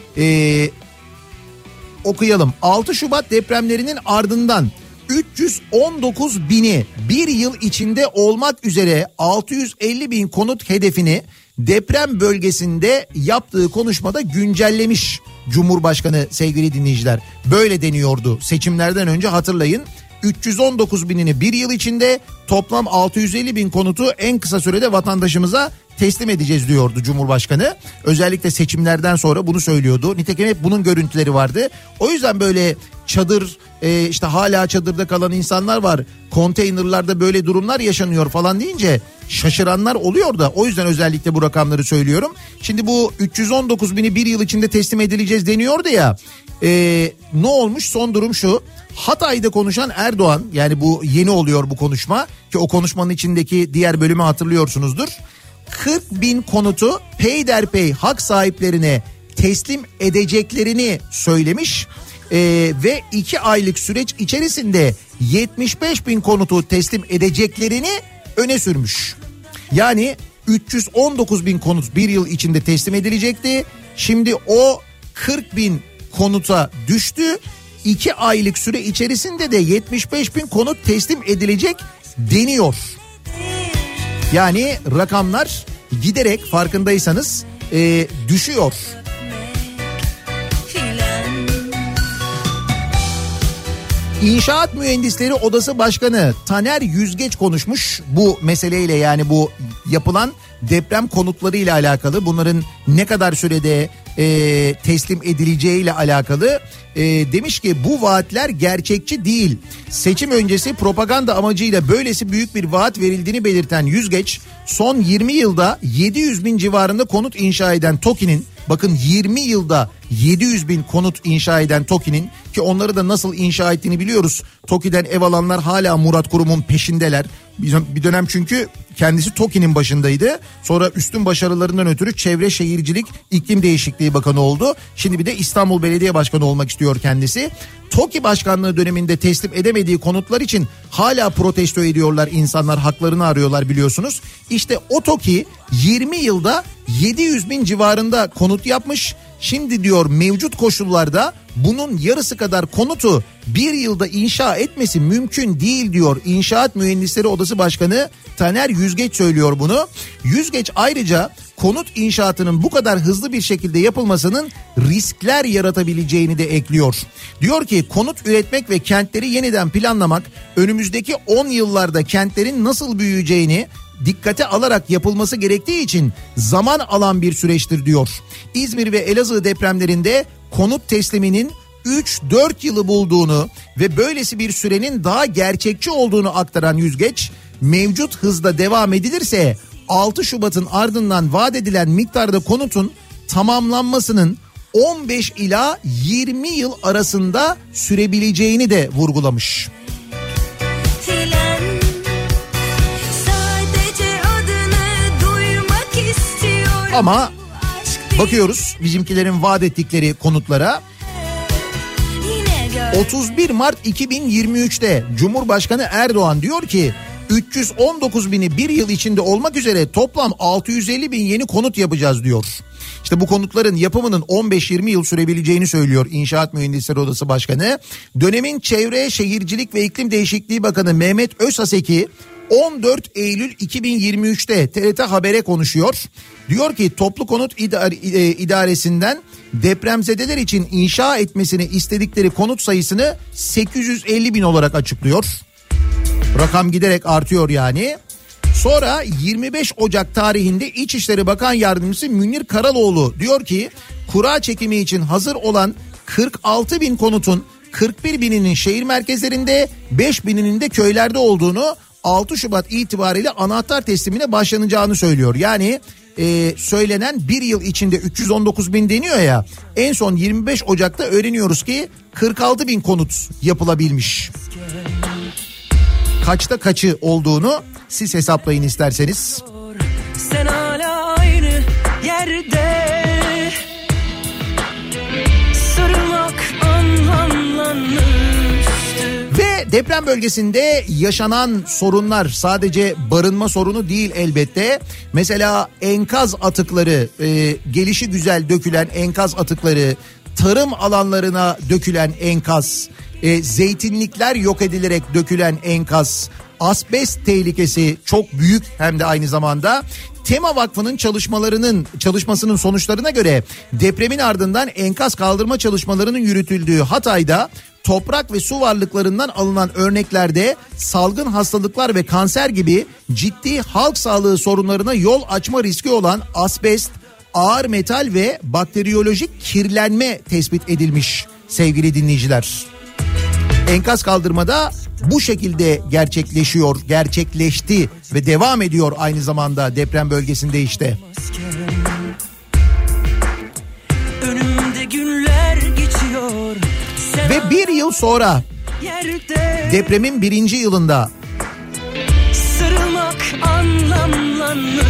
Okuyalım. 6 Şubat depremlerinin ardından 319 bini bir yıl içinde olmak üzere 650 bin konut hedefini deprem bölgesinde yaptığı konuşmada güncellemiş Cumhurbaşkanı sevgili dinleyiciler. Böyle deniyordu seçimlerden önce, hatırlayın. 319 binini bir yıl içinde, toplam 650 bin konutu en kısa sürede vatandaşımıza teslim edeceğiz diyordu Cumhurbaşkanı. Özellikle seçimlerden sonra bunu söylüyordu. Nitekim hep bunun görüntüleri vardı. O yüzden böyle çadır, işte hala çadırda kalan insanlar var, konteynerlarda böyle durumlar yaşanıyor falan deyince şaşıranlar oluyor da, o yüzden özellikle bu rakamları söylüyorum. Şimdi bu 319 bini bir yıl içinde teslim edileceğiz deniyordu ya. Ne olmuş? Son durum şu. Hatay'da konuşan Erdoğan, yani bu yeni oluyor bu konuşma ki o konuşmanın içindeki diğer bölümü hatırlıyorsunuzdur. 40.000 konutu peyderpey hak sahiplerine teslim edeceklerini söylemiş ve 2 aylık süreç içerisinde 75.000 konutu teslim edeceklerini öne sürmüş. Yani 319.000 konut bir yıl içinde teslim edilecekti. Şimdi o 40.000 konuta düştü. 2 aylık süre içerisinde de 75.000 konut teslim edilecek deniyor. Yani rakamlar giderek farkındaysanız düşüyor. İnşaat Mühendisleri Odası Başkanı Taner Yüzgeç konuşmuş bu meseleyle, yani bu yapılan deprem konutları ile alakalı, bunların ne kadar sürede teslim edileceğiyle alakalı. Demiş ki bu vaatler gerçekçi değil. Seçim öncesi propaganda amacıyla böylesi büyük bir vaat verildiğini belirten Yüzgeç, son 20 yılda 700.000 civarında konut inşa eden TOKİ'nin, bakın 20 yılda 700.000 konut inşa eden TOKİ'nin, ki onları da nasıl inşa ettiğini biliyoruz. TOKİ'den ev alanlar hala Murat Kurum'un peşindeler. Bir dönem çünkü kendisi TOKİ'nin başındaydı. Sonra üstün başarılarından ötürü Çevre Şehircilik İklim Değişikliği Bakanı oldu. Şimdi bir de İstanbul Belediye Başkanı olmak istiyor kendisi. TOKİ başkanlığı döneminde teslim edemediği konutlar için hala protesto ediyorlar insanlar, haklarını arıyorlar biliyorsunuz. İşte o TOKİ 20 yılda 700.000 civarında konut yapmış. Şimdi diyor mevcut koşullarda bunun yarısı kadar konutu bir yılda inşa etmesi mümkün değil diyor. İnşaat Mühendisleri Odası Başkanı Taner Yüzgeç söylüyor bunu. Yüzgeç ayrıca konut inşaatının bu kadar hızlı bir şekilde yapılmasının riskler yaratabileceğini de ekliyor. Diyor ki konut üretmek ve kentleri yeniden planlamak önümüzdeki 10 yıllarda kentlerin nasıl büyüyeceğini dikkate alarak yapılması gerektiği için zaman alan bir süreçtir diyor. İzmir ve Elazığ depremlerinde konut tesliminin 3-4 yılı bulduğunu ve böylesi bir sürenin daha gerçekçi olduğunu aktaran Yüzgeç, mevcut hızda devam edilirse 6 Şubat'ın ardından vaat edilen miktarda konutun tamamlanmasının 15 ila 20 yıl arasında sürebileceğini de vurgulamış. Ama bakıyoruz bizimkilerin vaat ettikleri konutlara. 31 Mart 2023'te Cumhurbaşkanı Erdoğan diyor ki 319.000'i bir yıl içinde olmak üzere toplam 650.000 yeni konut yapacağız diyor. İşte bu konutların yapımının 15-20 yıl sürebileceğini söylüyor İnşaat Mühendisleri Odası Başkanı. Dönemin Çevre, Şehircilik ve İklim Değişikliği Bakanı Mehmet Özhaseki 14 Eylül 2023'te TRT Haber'e konuşuyor. Diyor ki Toplu Konut İdaresi'nden depremzedeler için inşa etmesini istedikleri konut sayısını 850.000 olarak açıklıyor. Rakam giderek artıyor yani. Sonra 25 Ocak tarihinde İçişleri Bakan Yardımcısı Münir Karaloğlu diyor ki kura çekimi için hazır olan 46.000 konutun 41.000'inin şehir merkezlerinde, 5.000'inin de köylerde olduğunu, 6 Şubat itibariyle anahtar teslimine başlanacağını söylüyor. Yani söylenen bir yıl içinde 319.000 deniyor ya, en son 25 Ocak'ta öğreniyoruz ki 46.000 konut yapılabilmiş. Kaçta kaçı olduğunu siz hesaplayın isterseniz. Sen hala aynı yerde, sarılmak anlamlanmıştı. Ve deprem bölgesinde yaşanan sorunlar sadece barınma sorunu değil elbette. Mesela enkaz atıkları, gelişi güzel dökülen enkaz atıkları, tarım alanlarına dökülen enkaz, zeytinlikler yok edilerek dökülen enkaz, asbest tehlikesi çok büyük hem de aynı zamanda. Tema Vakfı'nın çalışmasının sonuçlarına göre depremin ardından enkaz kaldırma çalışmalarının yürütüldüğü Hatay'da toprak ve su varlıklarından alınan örneklerde salgın hastalıklar ve kanser gibi ciddi halk sağlığı sorunlarına yol açma riski olan asbest, ağır metal ve bakteriyolojik kirlenme tespit edilmiş sevgili dinleyiciler. Enkaz kaldırmada bu şekilde gerçekleşti ve devam ediyor aynı zamanda deprem bölgesinde işte. Önümde günler geçiyor, Ve bir yıl sonra depremin 1. yılında sarılmak anlamlanmıştı.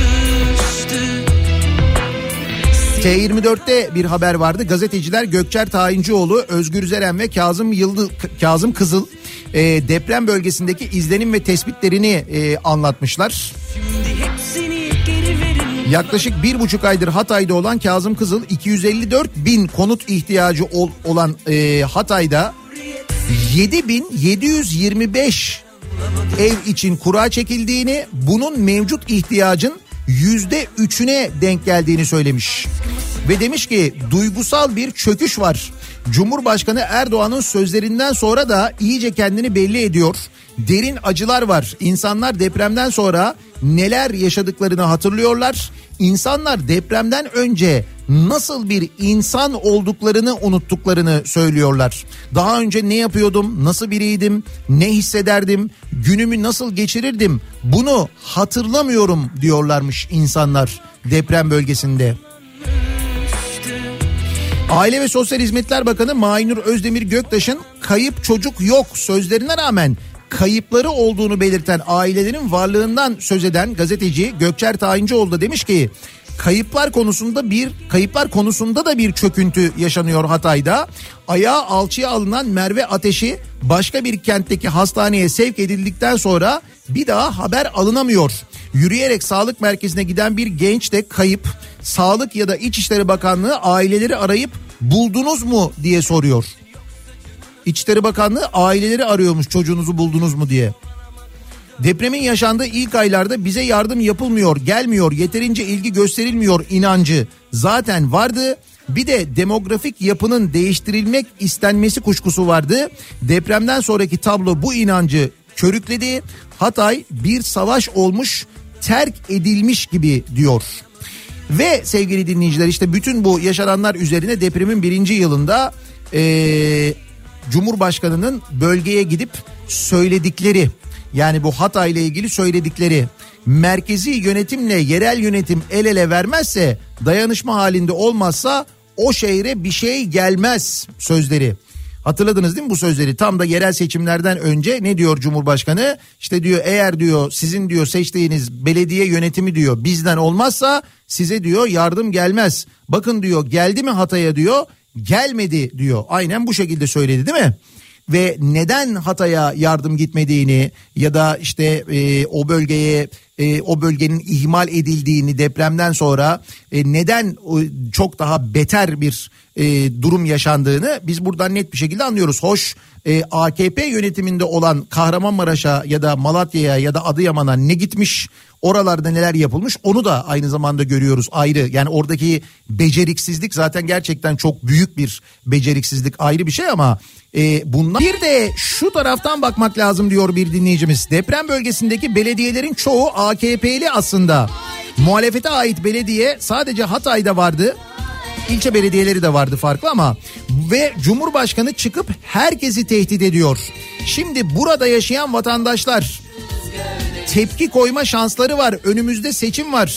T24'te bir haber vardı. Gazeteciler Gökçer Tayincioğlu, Özgür Zeren ve Kazım Kızıl deprem bölgesindeki izlenim ve tespitlerini anlatmışlar. Yaklaşık 1,5 aydır Hatay'da olan Kazım Kızıl 254.000 konut ihtiyacı olan Hatay'da 7.725 ev için kura çekildiğini, bunun mevcut ihtiyacın %3'üne denk geldiğini söylemiş. Ve demiş ki duygusal bir çöküş var. Cumhurbaşkanı Erdoğan'ın sözlerinden sonra da iyice kendini belli ediyor. Derin acılar var. İnsanlar depremden sonra neler yaşadıklarını hatırlıyorlar. İnsanlar depremden önce nasıl bir insan olduklarını unuttuklarını söylüyorlar. Daha önce ne yapıyordum, nasıl biriydim, ne hissederdim, günümü nasıl geçirirdim, bunu hatırlamıyorum diyorlarmış insanlar deprem bölgesinde. Aile ve Sosyal Hizmetler Bakanı Mahinur Özdemir Göktaş'ın kayıp çocuk yok sözlerine rağmen kayıpları olduğunu belirten ailelerin varlığından söz eden gazeteci Gökçer Tayincioğlu da demiş ki kayıplar konusunda da bir çöküntü yaşanıyor Hatay'da. Ayağı alçıya alınan Merve Ateş'i başka bir kentteki hastaneye sevk edildikten sonra bir daha haber alınamıyor. Yürüyerek sağlık merkezine giden bir genç de kayıp. Sağlık ya da İçişleri Bakanlığı aileleri arayıp buldunuz mu diye soruyor. İçişleri Bakanlığı aileleri arıyormuş çocuğunuzu buldunuz mu diye. Depremin yaşandığı ilk aylarda bize yardım yapılmıyor, gelmiyor, yeterince ilgi gösterilmiyor inancı zaten vardı. Bir de demografik yapının değiştirilmek istenmesi kuşkusu vardı. Depremden sonraki tablo bu inancı körükledi. Hatay bir savaş olmuş, terk edilmiş gibi diyor. Ve sevgili dinleyiciler işte bütün bu yaşananlar üzerine depremin 1. yılında Cumhurbaşkanı'nın bölgeye gidip söyledikleri, yani bu Hatay ile ilgili söyledikleri, merkezi yönetimle yerel yönetim el ele vermezse, dayanışma halinde olmazsa o şehre bir şey gelmez sözleri. Hatırladınız değil mi bu sözleri? Tam da yerel seçimlerden önce ne diyor Cumhurbaşkanı? İşte diyor eğer diyor sizin diyor seçtiğiniz belediye yönetimi diyor bizden olmazsa size diyor yardım gelmez. Bakın diyor geldi mi Hatay'a diyor, gelmedi diyor. Aynen bu şekilde söyledi değil mi? Ve neden Hatay'a yardım gitmediğini ya da işte o bölgeye o bölgenin ihmal edildiğini depremden sonra neden çok daha beter bir durum yaşandığını biz buradan net bir şekilde anlıyoruz. Hoş AKP yönetiminde olan Kahramanmaraş'a ya da Malatya'ya ya da Adıyaman'a ne gitmiş, oralarda neler yapılmış onu da aynı zamanda görüyoruz ayrı. Yani oradaki beceriksizlik zaten gerçekten çok büyük bir beceriksizlik, ayrı bir şey ama bunlar... Bir de şu taraftan bakmak lazım diyor bir dinleyicimiz. Deprem bölgesindeki belediyelerin çoğu AKP'li aslında. Muhalefete ait belediye sadece Hatay'da vardı. İlçe belediyeleri de vardı farklı ama ve Cumhurbaşkanı çıkıp herkesi tehdit ediyor. Şimdi burada yaşayan vatandaşlar tepki koyma şansları var. Önümüzde seçim var.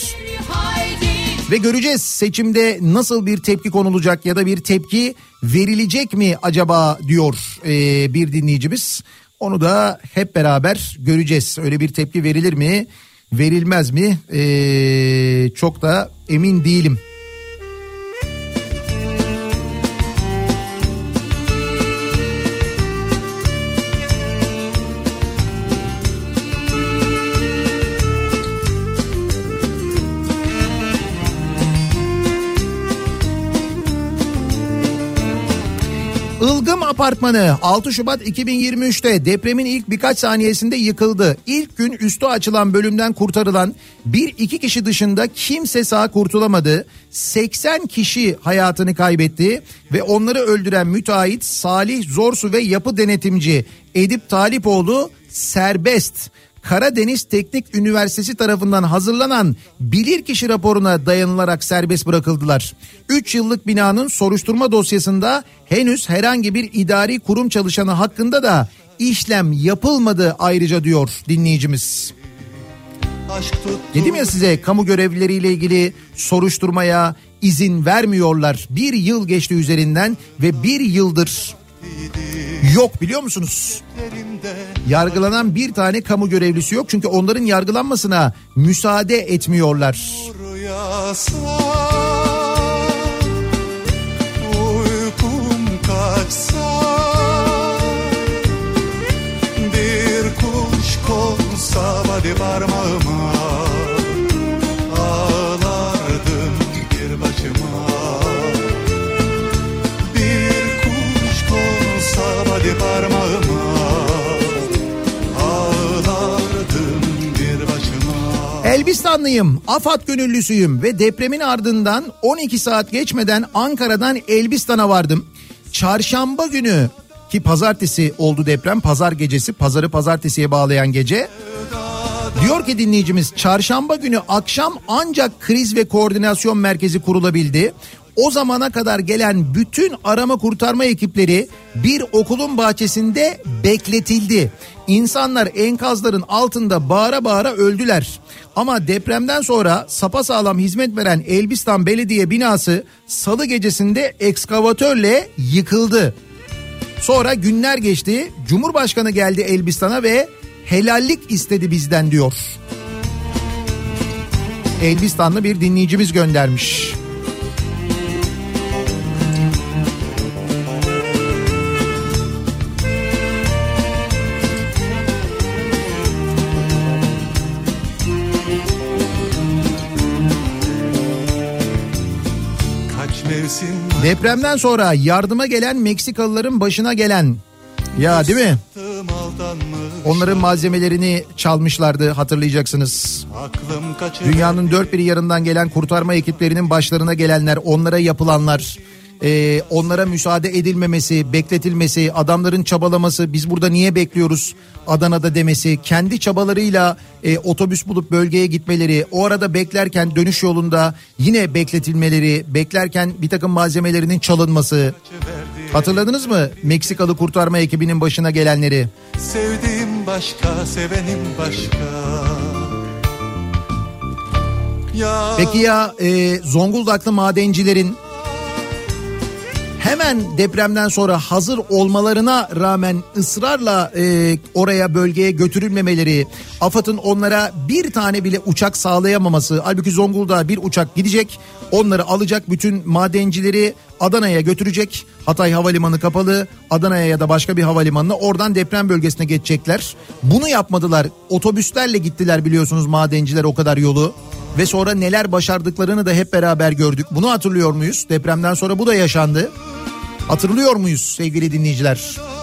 Ve göreceğiz seçimde nasıl bir tepki konulacak ya da bir tepki verilecek mi acaba diyor bir dinleyicimiz. Onu da hep beraber göreceğiz. Öyle bir tepki verilir mi, verilmez mi? Çok da emin değilim. Ilgım Apartmanı 6 Şubat 2023'te depremin ilk birkaç saniyesinde yıkıldı. İlk gün üstü açılan bölümden kurtarılan 1-2 kişi dışında kimse sağ kurtulamadı. 80 kişi hayatını kaybetti ve onları öldüren müteahhit Salih Zorsu ve yapı denetimci Edip Talipoğlu serbest. Karadeniz Teknik Üniversitesi tarafından hazırlanan bilirkişi raporuna dayanılarak serbest bırakıldılar. 3 yıllık binanın soruşturma dosyasında henüz herhangi bir idari kurum çalışanı hakkında da işlem yapılmadı ayrıca diyor dinleyicimiz. Dedim ya size, kamu görevlileriyle ilgili soruşturmaya izin vermiyorlar. 1 yıl geçti üzerinden ve 1 yıldır Yok, biliyor musunuz? Yargılanan bir tane kamu görevlisi yok. Çünkü onların yargılanmasına müsaade etmiyorlar. Uykum kaçsa, bir kuş konsa hadi parmağıma, ağlardım bir başıma. Bir kuş konsa hadi parmağıma, ağlardım bir başıma. Elbistanlıyım, AFAD gönüllüsüyüm ve depremin ardından 12 saat geçmeden Ankara'dan Elbistan'a vardım. Çarşamba günü, ki pazartesi oldu deprem, pazar gecesi, pazarı pazartesiye bağlayan gece. Diyor ki dinleyicimiz, çarşamba günü akşam ancak kriz ve koordinasyon merkezi kurulabildi. O zamana kadar gelen bütün arama kurtarma ekipleri bir okulun bahçesinde bekletildi. İnsanlar enkazların altında bağıra bağıra öldüler. Ama depremden sonra sapasağlam hizmet veren Elbistan Belediye binası salı gecesinde ekskavatörle yıkıldı. Sonra günler geçti. Cumhurbaşkanı geldi Elbistan'a ve helallik istedi bizden diyor. Elbistanlı bir dinleyicimiz göndermiş. Depremden sonra yardıma gelen Meksikalıların başına gelen, ya değil mi? Onların malzemelerini çalmışlardı, hatırlayacaksınız. Dünyanın dört bir yanından gelen kurtarma ekiplerinin başlarına gelenler, onlara yapılanlar, onlara müsaade edilmemesi, bekletilmesi, adamların çabalaması, biz burada niye bekliyoruz Adana'da demesi, kendi çabalarıyla otobüs bulup bölgeye gitmeleri, o arada beklerken dönüş yolunda yine bekletilmeleri, beklerken bir takım malzemelerinin çalınması. Hatırladınız mı Meksikalı kurtarma ekibinin başına gelenleri? Sevdiğim başka, sevenim başka. Ya... Peki ya Zonguldaklı madencilerin hemen depremden sonra hazır olmalarına rağmen ısrarla oraya, bölgeye götürülmemeleri, AFAD'ın onlara bir tane bile uçak sağlayamaması, halbuki Zonguldak'a bir uçak gidecek, onları alacak, bütün madencileri Adana'ya götürecek, Hatay Havalimanı kapalı, Adana'ya ya da başka bir havalimanına, oradan deprem bölgesine geçecekler. Bunu yapmadılar, otobüslerle gittiler biliyorsunuz madenciler o kadar yolu. Ve sonra neler başardıklarını da hep beraber gördük. Bunu hatırlıyor muyuz? Depremden sonra bu da yaşandı. Hatırlıyor muyuz sevgili dinleyiciler?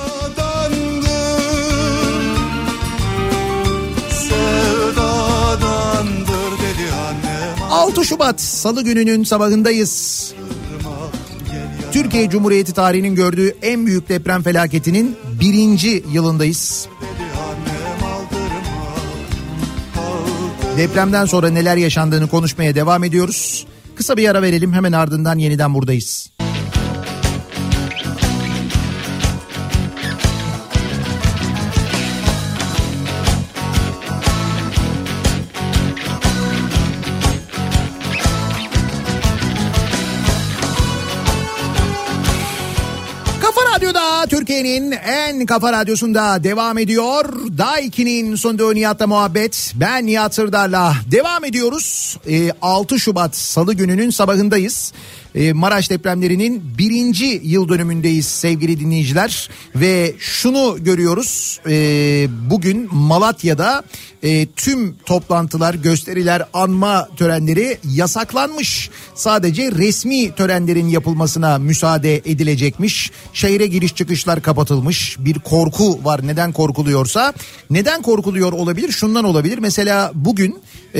6 Şubat Salı gününün sabahındayız. Türkiye Cumhuriyeti tarihinin gördüğü en büyük deprem felaketinin 1. yılındayız. Depremden sonra neler yaşandığını konuşmaya devam ediyoruz. Kısa bir ara verelim, hemen ardından yeniden buradayız. Türkiye'nin en kafa radyosunda devam ediyor. Daiki'nin sunduğu Nihat'la muhabbet. Ben Nihat Sırdar'la devam ediyoruz. 6 Şubat Salı gününün sabahındayız. Maraş depremlerinin 1. yıl dönümündeyiz sevgili dinleyiciler. Ve şunu görüyoruz. Bugün Malatya'da tüm toplantılar, gösteriler, anma törenleri yasaklanmış. Sadece resmi törenlerin yapılmasına müsaade edilecekmiş. Şehre giriş çıkışlar kapatılmış. Bir korku var. Neden korkuluyorsa. Neden korkuluyor olabilir? Şundan olabilir. Mesela bugün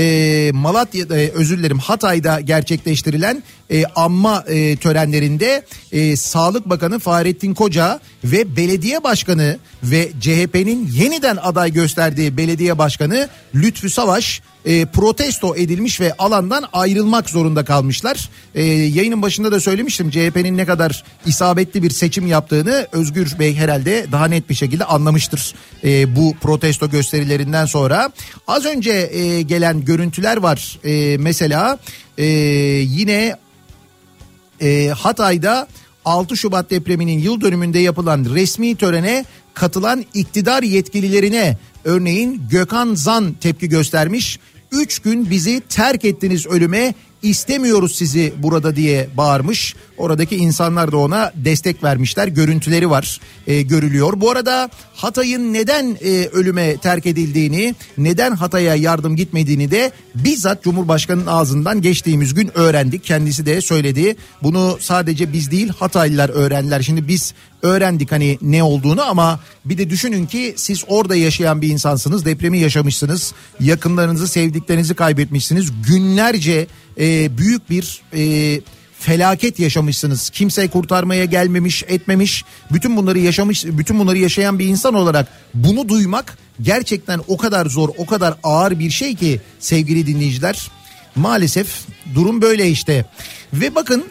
Hatay'da gerçekleştirilen anma törenlerinde Sağlık Bakanı Fahrettin Koca ve belediye başkanı ve CHP'nin yeniden aday gösterdiği belediye başkanı Lütfü Savaş protesto edilmiş ve alandan ayrılmak zorunda kalmışlar. Yayının başında da söylemiştim, CHP'nin ne kadar isabetli bir seçim yaptığını Özgür Bey herhalde daha net bir şekilde anlamıştır bu protesto gösterilerinden sonra. Az önce gelen görüntüler var. Mesela yine Hatay'da 6 Şubat depreminin yıl dönümünde yapılan resmi törene katılan iktidar yetkililerine örneğin Gökhan Zan tepki göstermiş. 3 gün bizi terk ettiniz ölüme, istemiyoruz sizi burada diye bağırmış. Oradaki insanlar da ona destek vermişler. Görüntüleri var, görülüyor. Bu arada Hatay'ın neden ölüme terk edildiğini, neden Hatay'a yardım gitmediğini de bizzat Cumhurbaşkanı'nın ağzından geçtiğimiz gün öğrendik. Kendisi de söyledi. Bunu sadece biz değil, Hataylılar öğrendiler. Şimdi biz öğrendik hani ne olduğunu, ama bir de düşünün ki siz orada yaşayan bir insansınız. Depremi yaşamışsınız. Yakınlarınızı, sevdiklerinizi kaybetmişsiniz. Günlerce büyük bir felaket yaşamışsınız. Kimse kurtarmaya gelmemiş, etmemiş. Bütün bunları yaşamış, bütün bunları yaşayan bir insan olarak bunu duymak gerçekten o kadar zor, o kadar ağır bir şey ki sevgili dinleyiciler. Maalesef durum böyle işte. Ve bakın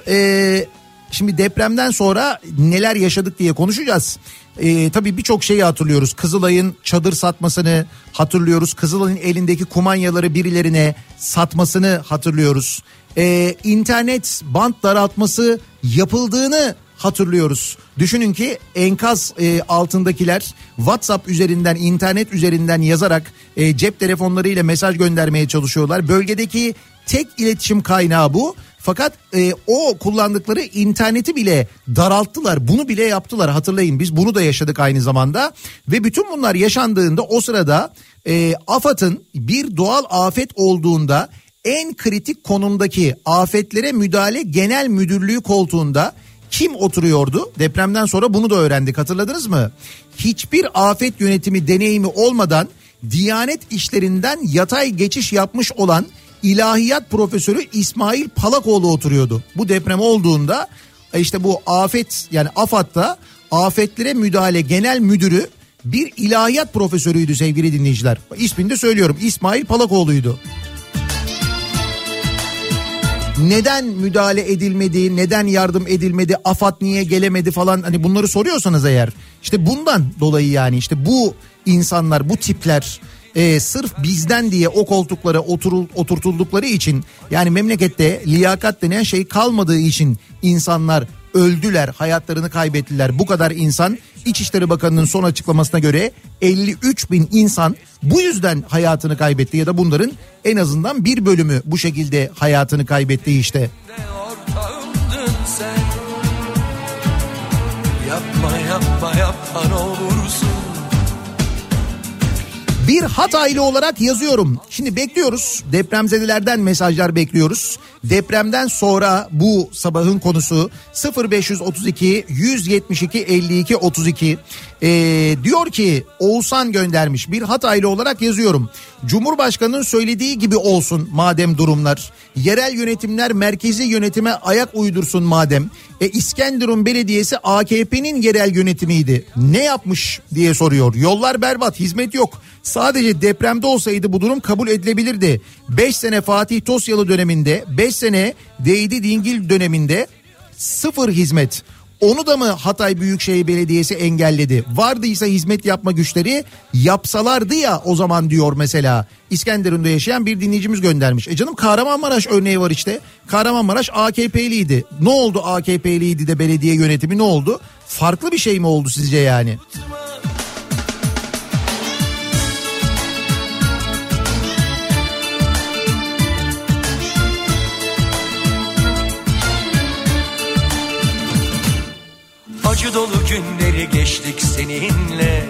şimdi depremden sonra neler yaşadık diye konuşacağız. Tabii birçok şeyi hatırlıyoruz. Kızılay'ın çadır satmasını hatırlıyoruz. Kızılay'ın elindeki kumanyaları birilerine satmasını hatırlıyoruz. İnternet bant daraltması yapıldığını hatırlıyoruz. Düşünün ki enkaz altındakiler WhatsApp üzerinden, internet üzerinden yazarak cep telefonlarıyla mesaj göndermeye çalışıyorlar. Bölgedeki tek iletişim kaynağı bu. Fakat o kullandıkları interneti bile daralttılar. Bunu bile yaptılar. Hatırlayın, biz bunu da yaşadık aynı zamanda. Ve bütün bunlar yaşandığında o sırada AFAD'ın bir doğal afet olduğunda en kritik konumdaki Afetlere Müdahale Genel Müdürlüğü koltuğunda kim oturuyordu? Depremden sonra bunu da öğrendik, hatırladınız mı? Hiçbir afet yönetimi deneyimi olmadan Diyanet işlerinden yatay geçiş yapmış olan İlahiyat Profesörü İsmail Palakoğlu oturuyordu. Bu deprem olduğunda işte bu afet, yani AFAD'da Afetlere Müdahale Genel Müdürü bir ilahiyat profesörüydü sevgili dinleyiciler. İsmini de söylüyorum, İsmail Palakoğlu'ydu. Neden müdahale edilmedi, neden yardım edilmedi, AFAD niye gelemedi falan, hani bunları soruyorsanız eğer, işte bundan dolayı, yani işte bu insanlar, bu tipler sırf bizden diye o koltuklara oturtuldukları için, yani memlekette liyakat denen şey kalmadığı için insanlar öldüler, hayatlarını kaybettiler. Bu kadar insan, İçişleri Bakanı'nın son açıklamasına göre 53 bin insan bu yüzden hayatını kaybetti, ya da bunların en azından bir bölümü bu şekilde hayatını kaybetti işte. Yapma yapma yapma ne olursun. Bir Hataylı olarak yazıyorum. Şimdi bekliyoruz. Depremzedelerden mesajlar bekliyoruz. Depremden sonra bu sabahın konusu 0532 172 52 32. Diyor ki Oğuzhan göndermiş. Bir Hataylı olarak yazıyorum. Cumhurbaşkanının söylediği gibi olsun madem durumlar. Yerel yönetimler merkezi yönetime ayak uydursun madem. İskenderun Belediyesi AKP'nin yerel yönetimiydi. Ne yapmış diye soruyor. Yollar berbat, hizmet yok. Sadece depremde olsaydı bu durum kabul edilebilirdi. 5 sene Fatih Tosyalı döneminde, 5 sene Deydi Dingil döneminde sıfır hizmet. Onu da mı Hatay Büyükşehir Belediyesi engelledi? Vardıysa hizmet yapma güçleri, yapsalardı ya o zaman diyor mesela. İskenderun'da yaşayan bir dinleyicimiz göndermiş. Canım, Kahramanmaraş örneği var işte. Kahramanmaraş AKP'liydi. Ne oldu AKP'liydi de belediye yönetimi ne oldu? Farklı bir şey mi oldu sizce yani? Acı dolu günleri geçtik seninle.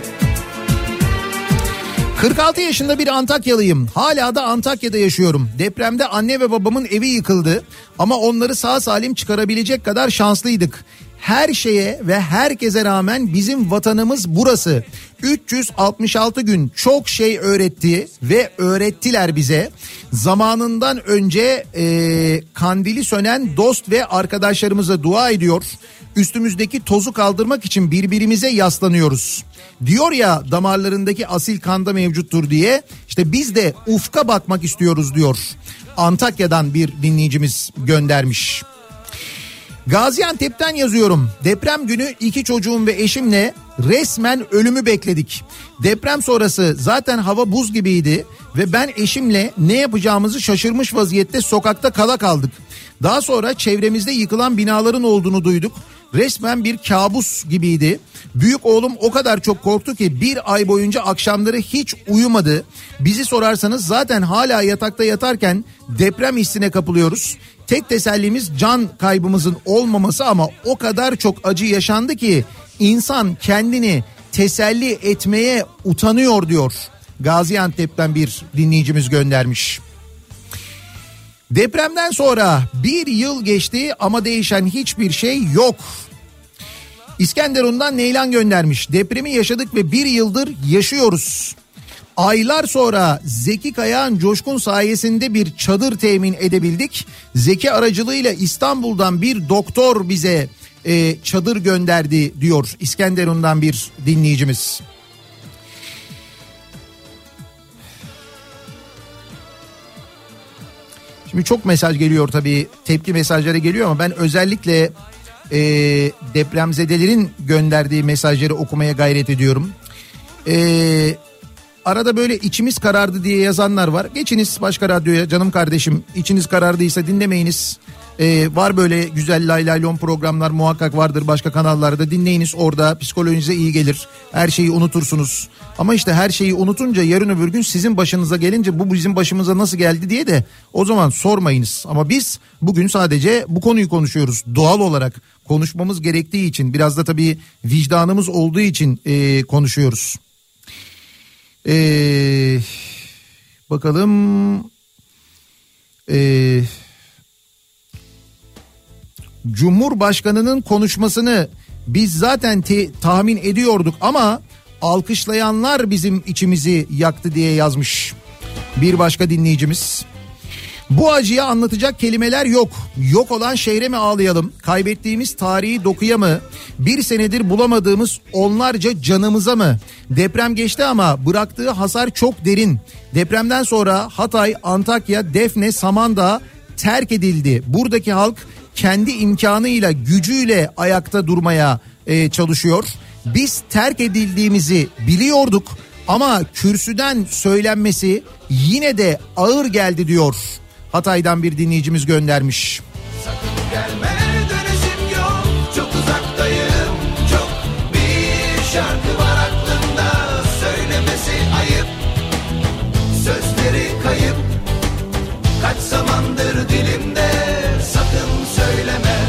46 yaşında bir Antakyalıyım. Hala da Antakya'da yaşıyorum. Depremde anne ve babamın evi yıkıldı. Ama onları sağ salim çıkarabilecek kadar şanslıydık. Her şeye ve herkese rağmen bizim vatanımız burası. 366 gün çok şey öğretti ve öğrettiler bize. Zamanından önce kandili sönen dost ve arkadaşlarımıza dua ediyor. Üstümüzdeki tozu kaldırmak için birbirimize yaslanıyoruz. Diyor ya, damarlarındaki asil kanda mevcuttur diye. İşte biz de ufka bakmak istiyoruz diyor. Antakya'dan bir dinleyicimiz göndermiş. Gaziantep'ten yazıyorum. Deprem günü 2 çocuğum ve eşimle resmen ölümü bekledik. Deprem sonrası zaten hava buz gibiydi ve ben eşimle ne yapacağımızı şaşırmış vaziyette sokakta kala kaldık. Daha sonra çevremizde yıkılan binaların olduğunu duyduk. Resmen bir kabus gibiydi. Büyük oğlum o kadar çok korktu ki bir ay boyunca akşamları hiç uyumadı. Bizi sorarsanız zaten hala yatakta yatarken deprem hissine kapılıyoruz. Tek tesellimiz can kaybımızın olmaması ama o kadar çok acı yaşandı ki insan kendini teselli etmeye utanıyor diyor. Gaziantep'ten bir dinleyicimiz göndermiş. Depremden sonra bir yıl geçti ama değişen hiçbir şey yok. İskenderun'dan Neylan göndermiş. Depremi yaşadık ve bir yıldır yaşıyoruz. Aylar sonra Zeki Kayağan Coşkun sayesinde bir çadır temin edebildik. Zeki aracılığıyla İstanbul'dan bir doktor bize çadır gönderdi diyor İskenderun'dan bir dinleyicimiz. Şimdi çok mesaj geliyor tabii, tepki mesajları geliyor ama ben özellikle depremzedelerin gönderdiği mesajları okumaya gayret ediyorum. Arada böyle içimiz karardı diye yazanlar var. Geçiniz başka radyoya canım kardeşim, içiniz karardıysa dinlemeyiniz. Var böyle güzel lay lay lon programlar muhakkak vardır başka kanallarda, dinleyiniz, orada psikolojinize iyi gelir. Her şeyi unutursunuz. Ama işte her şeyi unutunca yarın öbür gün sizin başınıza gelince bu bizim başımıza nasıl geldi diye de o zaman sormayınız. Ama biz bugün sadece bu konuyu konuşuyoruz. Doğal olarak konuşmamız gerektiği için, biraz da tabii vicdanımız olduğu için konuşuyoruz. Bakalım. Cumhurbaşkanının konuşmasını biz zaten tahmin ediyorduk ama alkışlayanlar bizim içimizi yaktı diye yazmış bir başka dinleyicimiz. Bu acıya anlatacak kelimeler yok. Yok olan şehre mi ağlayalım? Kaybettiğimiz tarihi dokuya mı? Bir senedir bulamadığımız onlarca canımıza mı? Deprem geçti ama bıraktığı hasar çok derin. Depremden sonra Hatay, Antakya, Defne, Samandağ terk edildi. Buradaki halk kendi imkanıyla, gücüyle ayakta durmaya çalışıyor. Biz terk edildiğimizi biliyorduk ama kürsüden söylenmesi yine de ağır geldi diyor. Hatay'dan bir dinleyicimiz göndermiş. Sakın gelme, dönüşüm yok, çok uzaktayım, çok. Bir şarkı var aklımda, söylemesi ayıp, sözleri kayıp, kaç zamandır dilimde, sakın söyleme.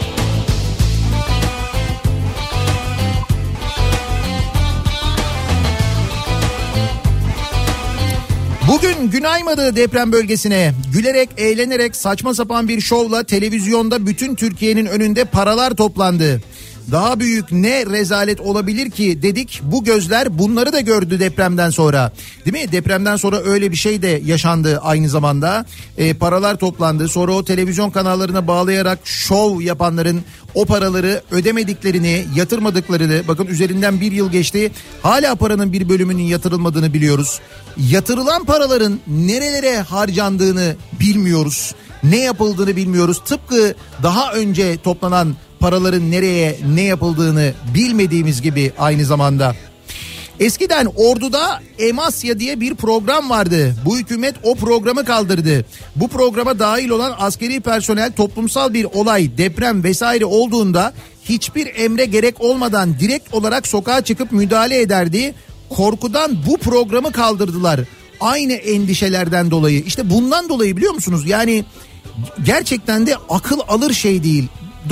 Bugün Günaymadı deprem bölgesine gülerek, eğlenerek, saçma sapan bir şovla televizyonda bütün Türkiye'nin önünde paralar toplandı. Daha büyük ne rezalet olabilir ki dedik, bu gözler bunları da gördü depremden sonra. Değil mi? Depremden sonra öyle bir şey de yaşandı aynı zamanda. Paralar toplandı, sonra o televizyon kanallarına bağlayarak şov yapanların o paraları ödemediklerini, yatırmadıklarını, bakın üzerinden bir yıl geçti, hala paranın bir bölümünün yatırılmadığını biliyoruz. Yatırılan paraların nerelere harcandığını bilmiyoruz. Ne yapıldığını bilmiyoruz. Tıpkı daha önce toplanan paraların nereye ne yapıldığını bilmediğimiz gibi aynı zamanda. Eskiden Ordu'da Emasya diye bir program vardı. Bu hükümet o programı kaldırdı. Bu programa dahil olan askeri personel toplumsal bir olay, deprem vesaire olduğunda hiçbir emre gerek olmadan direkt olarak sokağa çıkıp müdahale ederdi. Korkudan bu programı kaldırdılar. Aynı endişelerden dolayı. İşte bundan dolayı biliyor musunuz? Yani gerçekten de akıl alır şey değil.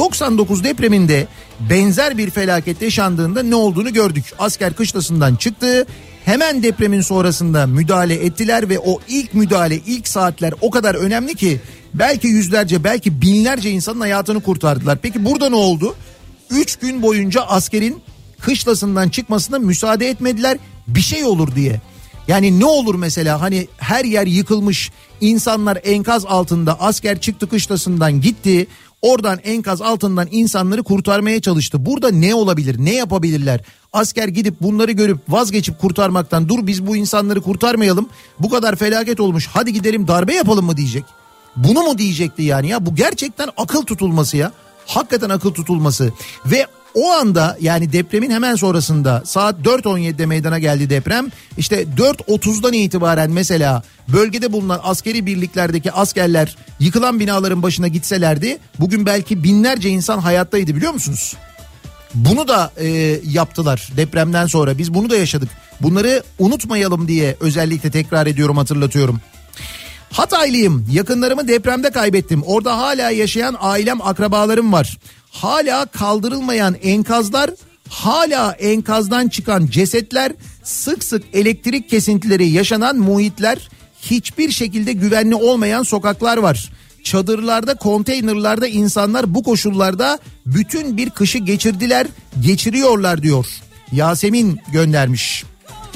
99 depreminde benzer bir felaket yaşandığında ne olduğunu gördük. Asker kışlasından çıktı. Hemen depremin sonrasında müdahale ettiler ve o ilk müdahale, ilk saatler o kadar önemli ki belki yüzlerce, belki binlerce insanın hayatını kurtardılar. Peki burada ne oldu? 3 gün boyunca askerin kışlasından çıkmasına müsaade etmediler, bir şey olur diye. Yani ne olur mesela, hani her yer yıkılmış, insanlar enkaz altında, asker çıktı kışlasından gitti. Oradan enkaz altından insanları kurtarmaya çalıştı. Burada ne olabilir? Ne yapabilirler? Asker gidip bunları görüp vazgeçip kurtarmaktan, dur biz bu insanları kurtarmayalım, bu kadar felaket olmuş, hadi gidelim darbe yapalım mı diyecek? Bunu mu diyecekti yani ya? Bu gerçekten akıl tutulması ya. Hakikaten akıl tutulması. Ve O anda yani depremin hemen sonrasında saat 4.17'de meydana geldi deprem. İşte 4.30'dan itibaren mesela bölgede bulunan askeri birliklerdeki askerler yıkılan binaların başına gitselerdi bugün belki binlerce insan hayattaydı, biliyor musunuz? Bunu da yaptılar depremden sonra, biz bunu da yaşadık. Bunları unutmayalım diye özellikle tekrar ediyorum, hatırlatıyorum. Hataylıyım, yakınlarımı depremde kaybettim. Orada hala yaşayan ailem, akrabalarım var. Hala kaldırılmayan enkazlar, hala enkazdan çıkan cesetler, sık sık elektrik kesintileri yaşanan muhitler, hiçbir şekilde güvenli olmayan sokaklar var. Çadırlarda, konteynerlarda insanlar bu koşullarda bütün bir kışı geçirdiler, geçiriyorlar diyor. Yasemin göndermiş.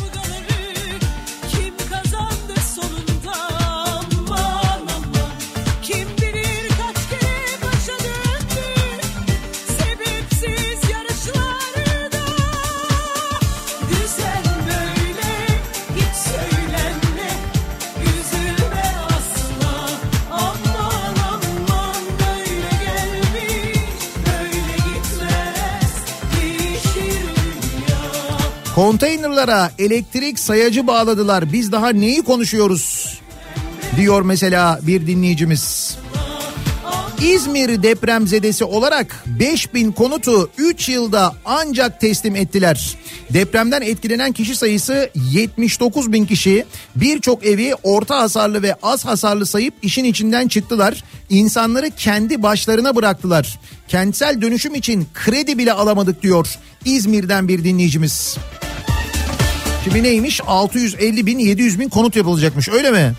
Konteynerlara elektrik sayacı bağladılar. Biz daha neyi konuşuyoruz? Diyor mesela bir dinleyicimiz. İzmir depremzedesi olarak 5000 konutu 3 yılda ancak teslim ettiler. Depremden etkilenen kişi sayısı 79.000 kişi. Birçok evi orta hasarlı ve az hasarlı sayıp işin içinden çıktılar. İnsanları kendi başlarına bıraktılar. Kentsel dönüşüm için kredi bile alamadık diyor İzmir'den bir dinleyicimiz. Şimdi neymiş? 650.000 700.000 konut yapılacakmış, öyle mi?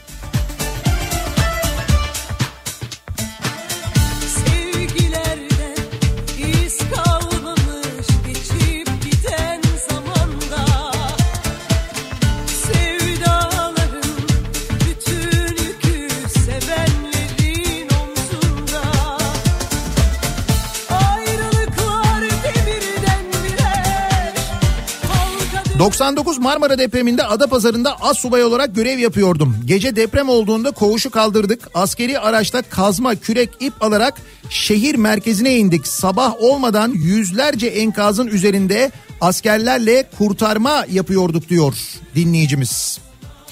...99 Marmara depreminde Adapazarı'nda assubay olarak görev yapıyordum. Gece deprem olduğunda koğuşu kaldırdık. Askeri araçta kazma, kürek, ip alarak şehir merkezine indik. Sabah olmadan yüzlerce enkazın üzerinde askerlerle kurtarma yapıyorduk diyor dinleyicimiz.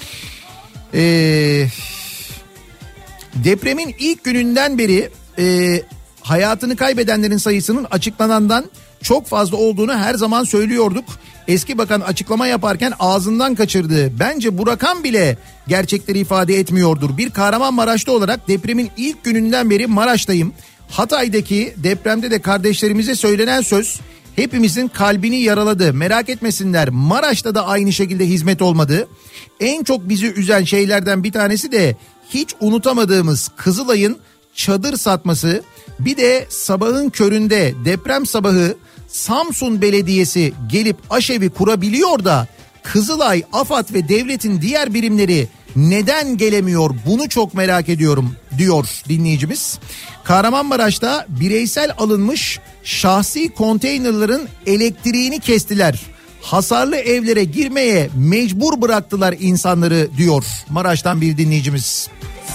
Depremin ilk gününden beri hayatını kaybedenlerin sayısının açıklanandan çok fazla olduğunu her zaman söylüyorduk. Eski bakan açıklama yaparken ağzından kaçırdı. Bence bu rakam bile gerçekleri ifade etmiyordur. Bir Kahramanmaraşlı olarak depremin ilk gününden beri Maraş'tayım. Hatay'daki depremde de kardeşlerimize söylenen söz hepimizin kalbini yaraladı. Merak etmesinler, Maraş'ta da aynı şekilde hizmet olmadı. En çok bizi üzen şeylerden bir tanesi de hiç unutamadığımız Kızılay'ın çadır satması. Bir de sabahın köründe deprem sabahı Samsun Belediyesi gelip aşevi kurabiliyor da Kızılay, AFAD ve devletin diğer birimleri neden gelemiyor, bunu çok merak ediyorum diyor dinleyicimiz. Kahramanmaraş'ta bireysel alınmış şahsi konteynerların elektriğini kestiler. Hasarlı evlere girmeye mecbur bıraktılar insanları diyor Maraş'tan bir dinleyicimiz.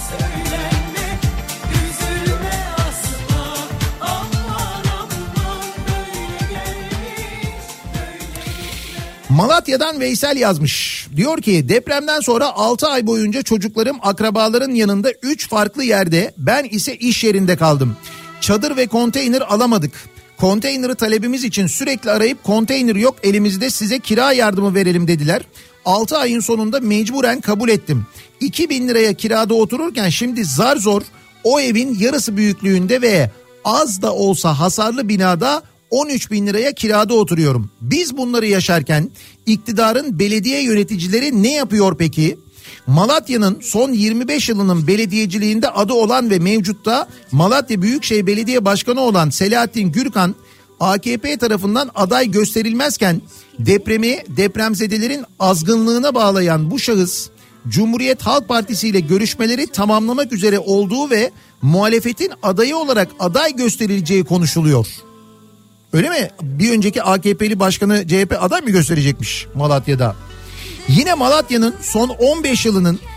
Malatya'dan Veysel yazmış. Diyor ki depremden sonra 6 ay boyunca çocuklarım akrabaların yanında 3 farklı yerde, ben ise iş yerinde kaldım. Çadır ve konteyner alamadık. Konteyneri talebimiz için sürekli arayıp konteyner yok elimizde, size kira yardımı verelim dediler. 6 ayın sonunda mecburen kabul ettim. 2.000 liraya kirada otururken şimdi zar zor o evin yarısı büyüklüğünde ve az da olsa hasarlı binada 13.000 liraya kirada oturuyorum. Biz bunları yaşarken iktidarın belediye yöneticileri ne yapıyor peki? Malatya'nın son 25 yılının belediyeciliğinde adı olan ve mevcutta Malatya Büyükşehir Belediye Başkanı olan Selahattin Gürkan AKP tarafından aday gösterilmezken depremi depremzedelerin azgınlığına bağlayan bu şahıs Cumhuriyet Halk Partisi ile görüşmeleri tamamlamak üzere olduğu ve muhalefetin adayı olarak aday gösterileceği konuşuluyor. Öyle mi? Bir önceki AKP'li başkanı CHP aday mı gösterecekmiş Malatya'da? Yine Malatya'nın son 15 yılının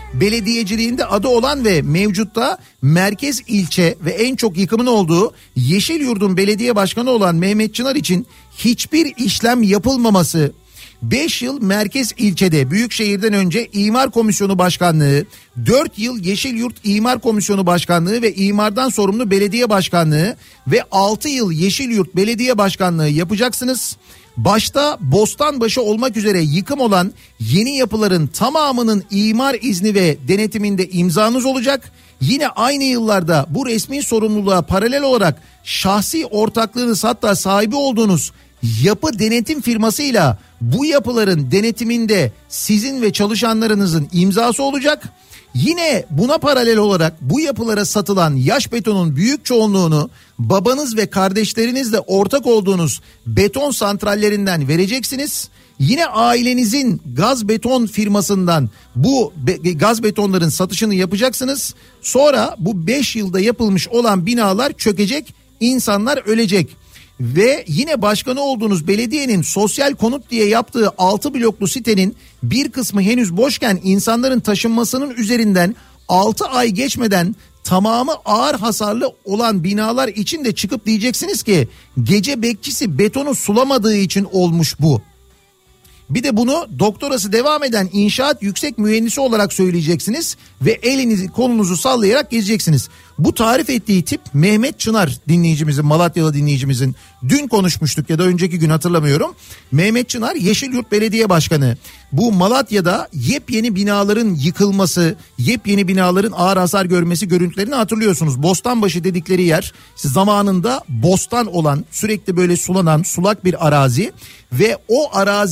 belediyeciliğinde adı olan ve mevcutta merkez ilçe ve en çok yıkımın olduğu Yeşilyurt'un belediye başkanı olan Mehmet Çınar için hiçbir işlem yapılmaması, 5 yıl merkez ilçede Büyükşehir'den önce İmar Komisyonu Başkanlığı, 4 yıl Yeşilyurt İmar Komisyonu Başkanlığı ve imardan sorumlu belediye başkanlığı ve 6 yıl Yeşilyurt Belediye Başkanlığı yapacaksınız. Başta Bostanbaşı olmak üzere yıkım olan yeni yapıların tamamının imar izni ve denetiminde imzanız olacak. Yine aynı yıllarda bu resmi sorumluluğa paralel olarak şahsi ortaklığınız, hatta sahibi olduğunuz yapı denetim firmasıyla bu yapıların denetiminde sizin ve çalışanlarınızın imzası olacak. Yine buna paralel olarak bu yapılara satılan yaş betonun büyük çoğunluğunu babanız ve kardeşlerinizle ortak olduğunuz beton santrallerinden vereceksiniz. Yine ailenizin gaz beton firmasından bu gaz betonların satışını yapacaksınız. Sonra bu 5 yılda yapılmış olan binalar çökecek, insanlar ölecek. Ve yine başkanı olduğunuz belediyenin sosyal konut diye yaptığı 6 bloklu sitenin bir kısmı henüz boşken insanların taşınmasının üzerinden 6 ay geçmeden tamamı ağır hasarlı olan binalar için de çıkıp diyeceksiniz ki gece bekçisi betonu sulamadığı için olmuş bu. Bir de bunu doktorası devam eden inşaat yüksek mühendisi olarak söyleyeceksiniz ve elinizi kolunuzu sallayarak gezeceksiniz. Bu tarif ettiği tip Mehmet Çınar dinleyicimizin, Malatyalı dinleyicimizin, dün konuşmuştuk ya da önceki gün hatırlamıyorum. Mehmet Çınar Yeşilyurt Belediye Başkanı. Bu Malatya'da yepyeni binaların yıkılması, yepyeni binaların ağır hasar görmesi görüntülerini hatırlıyorsunuz. Bostanbaşı dedikleri yer zamanında bostan olan, sürekli böyle sulanan sulak bir arazi ve o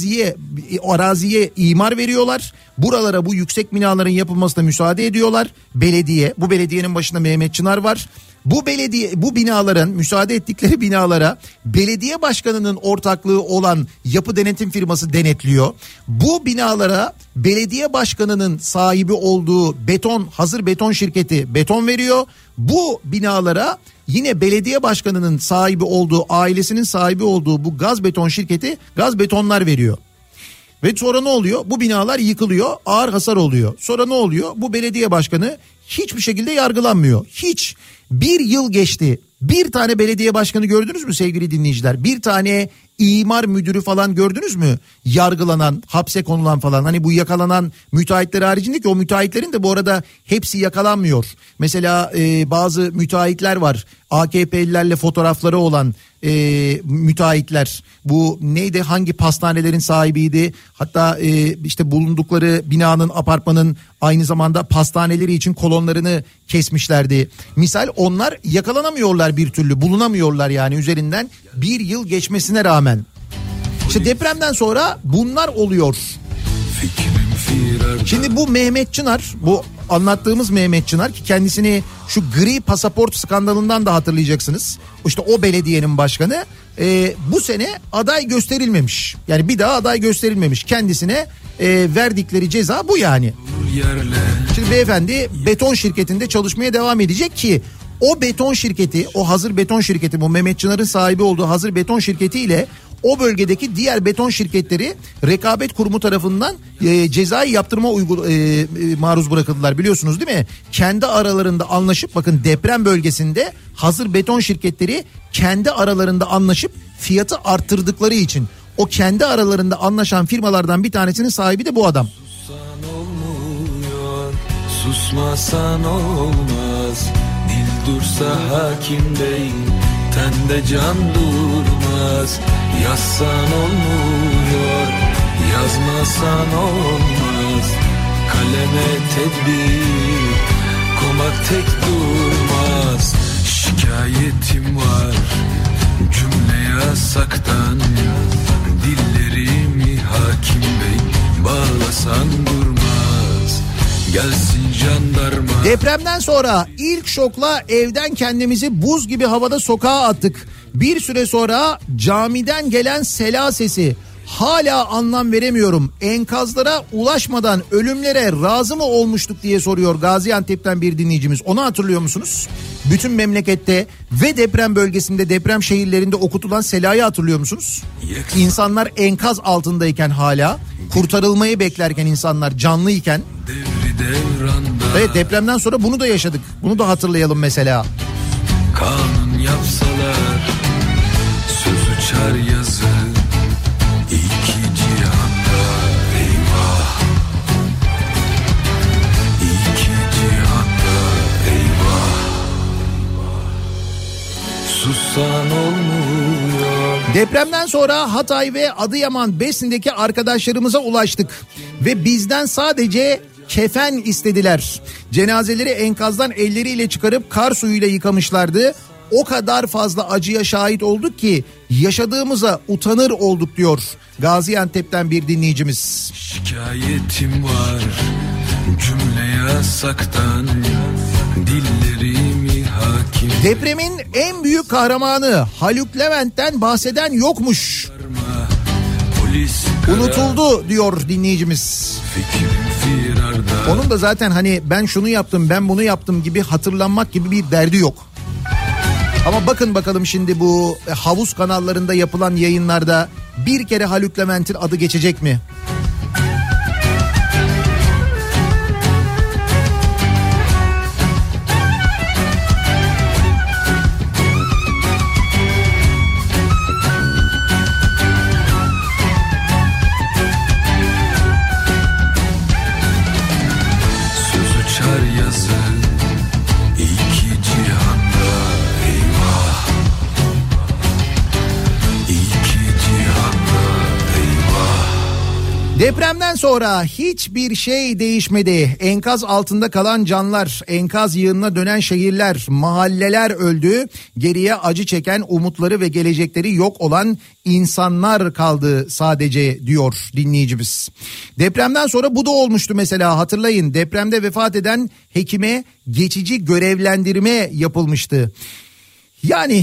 araziye imar veriyorlar. Buralara bu yüksek binaların yapılmasına müsaade ediyorlar. Belediye, bu belediyenin başında Mehmet Çınar var. Bu binaların, müsaade ettikleri binalara belediye başkanının ortaklığı olan yapı denetim firması denetliyor. Bu binalara belediye başkanının sahibi olduğu hazır beton şirketi beton veriyor. Bu binalara yine belediye başkanının sahibi olduğu, ailesinin sahibi olduğu bu gaz beton şirketi gaz betonlar veriyor. Ve sonra ne oluyor? Bu binalar yıkılıyor, ağır hasar oluyor. Sonra ne oluyor? Bu belediye başkanı hiçbir şekilde yargılanmıyor. Hiç. Bir yıl geçti. Bir tane belediye başkanı gördünüz mü sevgili dinleyiciler? Bir tane imar müdürü falan gördünüz mü? Yargılanan, hapse konulan falan. Hani bu yakalanan müteahhitler haricinde, ki o müteahhitlerin de bu arada hepsi yakalanmıyor. Mesela bazı müteahhitler var. AKP'lilerle fotoğrafları olan müteahhitler. Bu neydi, hangi pastanelerin sahibiydi? Hatta işte bulundukları binanın, apartmanın aynı zamanda pastaneleri için kolonlarını kesmişlerdi. Misal onlar yakalanamıyorlar bir türlü, bulunamıyorlar yani üzerinden bir yıl geçmesine rağmen. İşte depremden sonra bunlar oluyor. Şimdi bu Mehmet Çınar, bu anlattığımız Mehmet Çınar, ki kendisini şu gri pasaport skandalından da hatırlayacaksınız. İşte o belediyenin başkanı bu sene aday gösterilmemiş. Yani bir daha aday gösterilmemiş. Kendisine verdikleri ceza bu yani. Şimdi beyefendi beton şirketinde çalışmaya devam edecek ki o beton şirketi, o hazır beton şirketi, bu Mehmet Çınar'ın sahibi olduğu hazır beton şirketiyle o bölgedeki diğer beton şirketleri Rekabet Kurumu tarafından cezai yaptırıma maruz bırakıldılar, biliyorsunuz değil mi? Kendi aralarında anlaşıp, bakın deprem bölgesinde hazır beton şirketleri kendi aralarında anlaşıp fiyatı arttırdıkları için o kendi aralarında anlaşan firmalardan bir tanesinin sahibi de bu adam. Susmasan olmaz, dil dursa hakim değil, tende can durmaz. Yazsan olmuyor, yazmasan olmaz. Kaleme tedbir, komak tek durmaz. Şikayetim var, cümle yasaktan. Dillerimi hakim bey, bağlasan durmaz. Gelsin jandarma. Depremden sonra ilk şokla evden kendimizi buz gibi havada sokağa attık. Bir süre sonra camiden gelen sela sesi, hala anlam veremiyorum. Enkazlara ulaşmadan ölümlere razı mı olmuştuk diye soruyor Gaziantep'ten bir dinleyicimiz. Onu hatırlıyor musunuz? Bütün memlekette ve deprem bölgesinde, deprem şehirlerinde okutulan selayı hatırlıyor musunuz? İnsanlar enkaz altındayken, hala kurtarılmayı beklerken, insanlar canlıyken devranda. Evet, depremden sonra bunu da yaşadık. Bunu da hatırlayalım mesela. Kanun yapsalar söz uçar yazı iki cihanda. Eyvah, iki cihanda. Eyvah, sussan olmuyor. Depremden sonra Hatay ve Adıyaman Besin'deki arkadaşlarımıza ulaştık ve bizden sadece kefen istediler. Cenazeleri enkazdan elleriyle çıkarıp kar suyuyla yıkamışlardı. O kadar fazla acıya şahit olduk ki yaşadığımıza utanır olduk diyor Gaziantep'ten bir dinleyicimiz. Şikayetim var cümle yasaktan, dillerimi hakim. Depremin en büyük kahramanı Haluk Levent'ten bahseden yokmuş. Unutuldu diyor dinleyicimiz. Onun da zaten hani ben şunu yaptım, ben bunu yaptım gibi hatırlanmak gibi bir derdi yok. Ama bakın bakalım şimdi bu havuz kanallarında yapılan yayınlarda bir kere Haluk Levent'in adı geçecek mi? Depremden sonra hiçbir şey değişmedi. Enkaz altında kalan canlar, enkaz yığınına dönen şehirler, mahalleler öldü. Geriye acı çeken, umutları ve gelecekleri yok olan insanlar kaldı sadece diyor dinleyicimiz. Depremden sonra bu da olmuştu mesela, hatırlayın. Depremde vefat eden hekime geçici görevlendirme yapılmıştı. Yani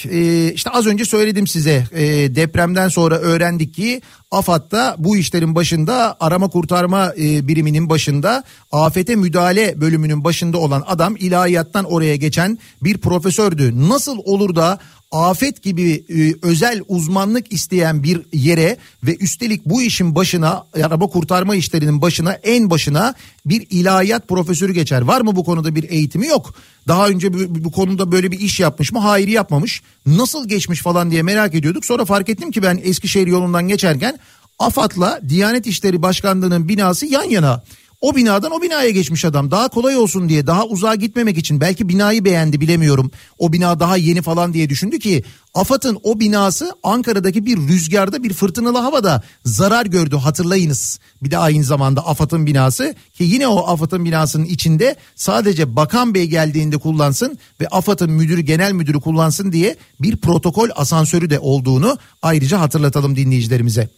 işte az önce söyledim size, depremden sonra öğrendik ki AFAD'da bu işlerin başında, arama kurtarma biriminin başında, afete müdahale bölümünün başında olan adam ilahiyattan oraya geçen bir profesördü. Nasıl olur da afet gibi özel uzmanlık isteyen bir yere ve üstelik bu işin başına, araba kurtarma işlerinin başına, en başına bir ilahiyat profesörü geçer. Var mı bu konuda bir eğitimi? Yok. Daha önce bu konuda böyle bir iş yapmış mı? Hayır, yapmamış. Nasıl geçmiş falan diye merak ediyorduk. Sonra fark ettim ki ben Eskişehir yolundan geçerken AFAD'la Diyanet İşleri Başkanlığı'nın binası yan yana. O binadan o binaya geçmiş adam, daha kolay olsun diye, daha uzağa gitmemek için. Belki binayı beğendi, bilemiyorum. O bina daha yeni falan diye düşündü ki AFAD'ın o binası Ankara'daki bir rüzgarda, bir fırtınalı havada zarar gördü, hatırlayınız. Bir de aynı zamanda AFAD'ın binası, ki yine o AFAD'ın binasının içinde sadece Bakan Bey geldiğinde kullansın ve AFAD'ın müdürü, genel müdürü kullansın diye bir protokol asansörü de olduğunu ayrıca hatırlatalım dinleyicilerimize.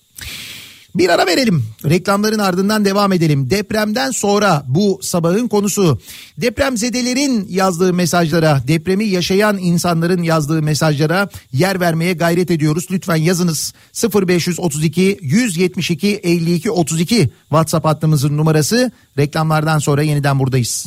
Bir ara verelim. Reklamların ardından devam edelim. Depremden sonra bu sabahın konusu. Depremzedelerin yazdığı mesajlara, depremi yaşayan insanların yazdığı mesajlara yer vermeye gayret ediyoruz. Lütfen yazınız. 0532 172 52 32 WhatsApp hattımızın numarası. Reklamlardan sonra yeniden buradayız.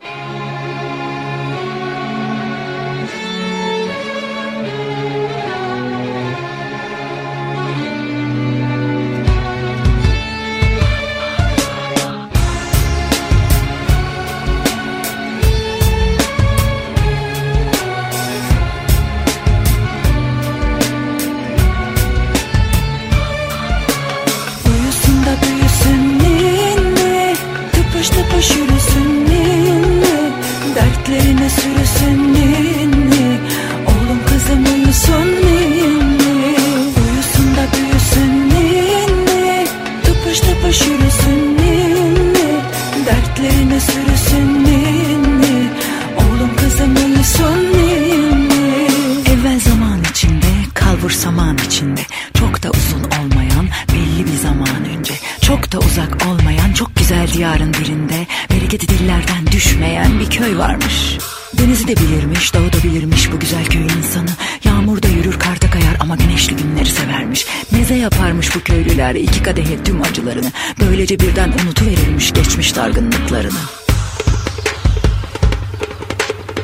Diyarın birinde bereketi dillerden düşmeyen bir köy varmış. Denizi de bilirmiş, dağı da bilirmiş bu güzel köyün insanı. Yağmurda yürür, karda kayar ama güneşli günleri severmiş. Meze yaparmış bu köylüler 2 kadehe tüm acılarını. Böylece birden unutuverirmiş geçmiş dargınlıklarını.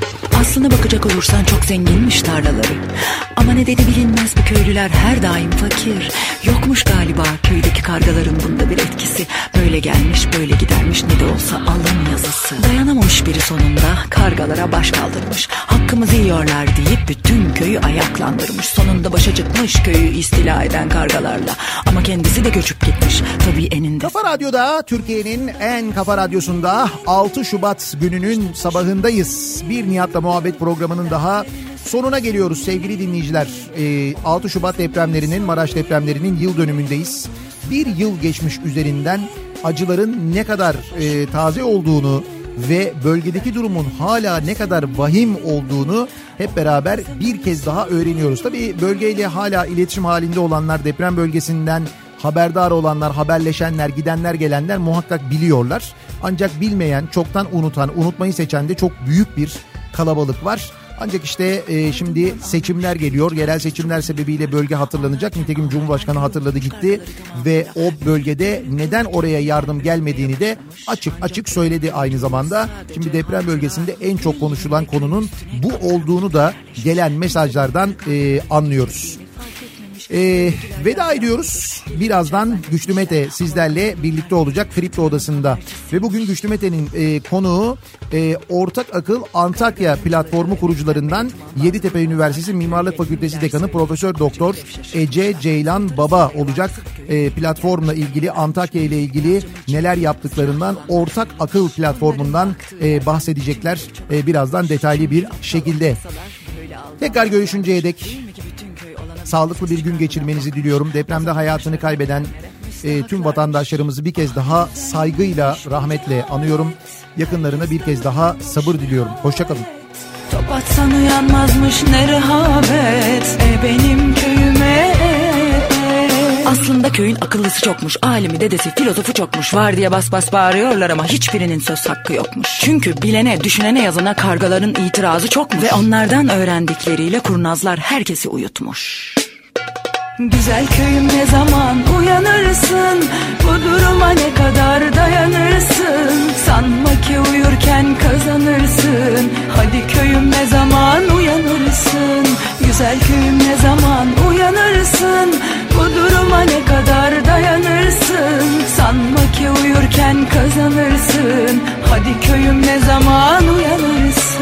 Aslına bakacak olursan çok zenginmiş tarlaları. Ama ne dedi bilinmez, bu köylüler her daim fakir. Yokmuş galiba köydeki kargaların bunda bir etkisi. Böyle gelmiş böyle gidermiş, ne de olsa alın yazısı. Dayanamamış biri sonunda kargalara baş kaldırmış. Hakkımızı yiyorlar deyip bütün köyü ayaklandırmış. Sonunda başa çıkmış köyü istila eden kargalarla. Ama kendisi de göçüp gitmiş tabii eninde. Kafa Radyo'da, Türkiye'nin en kafa radyosunda 6 Şubat gününün sabahındayız. Bir Nihat'la Muhabbet programının daha sonuna geliyoruz sevgili dinleyiciler. 6 Şubat depremlerinin, Maraş depremlerinin yıl dönümündeyiz. Bir yıl geçmiş üzerinden, acıların ne kadar taze olduğunu ve bölgedeki durumun hala ne kadar vahim olduğunu hep beraber bir kez daha öğreniyoruz. Tabii bölgeyle hala iletişim halinde olanlar, deprem bölgesinden haberdar olanlar, haberleşenler, gidenler gelenler muhakkak biliyorlar. Ancak bilmeyen, çoktan unutan, unutmayı seçen de çok büyük bir kalabalık var. Ancak işte şimdi seçimler geliyor. Yerel seçimler sebebiyle bölge hatırlanacak. Nitekim Cumhurbaşkanı hatırladı gitti ve o bölgede neden oraya yardım gelmediğini de açık açık söyledi aynı zamanda. Şimdi deprem bölgesinde en çok konuşulan konunun bu olduğunu da gelen mesajlardan anlıyoruz. Veda ediyoruz. Birazdan Güçlü Mete sizlerle birlikte olacak Kripto Odası'nda. Ve bugün Güçlü Mete'nin konuğu Ortak Akıl Antakya platformu kurucularından Yeditepe Üniversitesi Mimarlık Fakültesi Dekanı Profesör Doktor Ece Ceylan Baba olacak. Platformla ilgili, Antakya ile ilgili neler yaptıklarından, Ortak Akıl platformundan bahsedecekler birazdan detaylı bir şekilde. Tekrar görüşünceye dek sağlıklı bir gün geçirmenizi diliyorum. Depremde hayatını kaybeden tüm vatandaşlarımızı bir kez daha saygıyla, rahmetle anıyorum. Yakınlarına bir kez daha sabır diliyorum. Hoşçakalın. Top atsan uyanmazmış ne rehavet benim köyüme. Aslında köyün akıllısı çokmuş, alimi, dedesi, filozofu çokmuş. Var diye bas bas bağırıyorlar ama hiçbirinin söz hakkı yokmuş. Çünkü bilene, düşünene, yazana kargaların itirazı çokmuş. Ve onlardan öğrendikleriyle kurnazlar herkesi uyutmuş. Güzel köyüm ne zaman uyanırsın? Bu duruma ne kadar dayanırsın? Sanma ki uyurken kazanırsın. Hadi köyüm ne zaman uyanırsın? Güzel köyüm ne zaman uyanırsın? Bu duruma ne kadar dayanırsın? Sanma ki uyurken kazanırsın. Hadi köyüm ne zaman uyanırsın?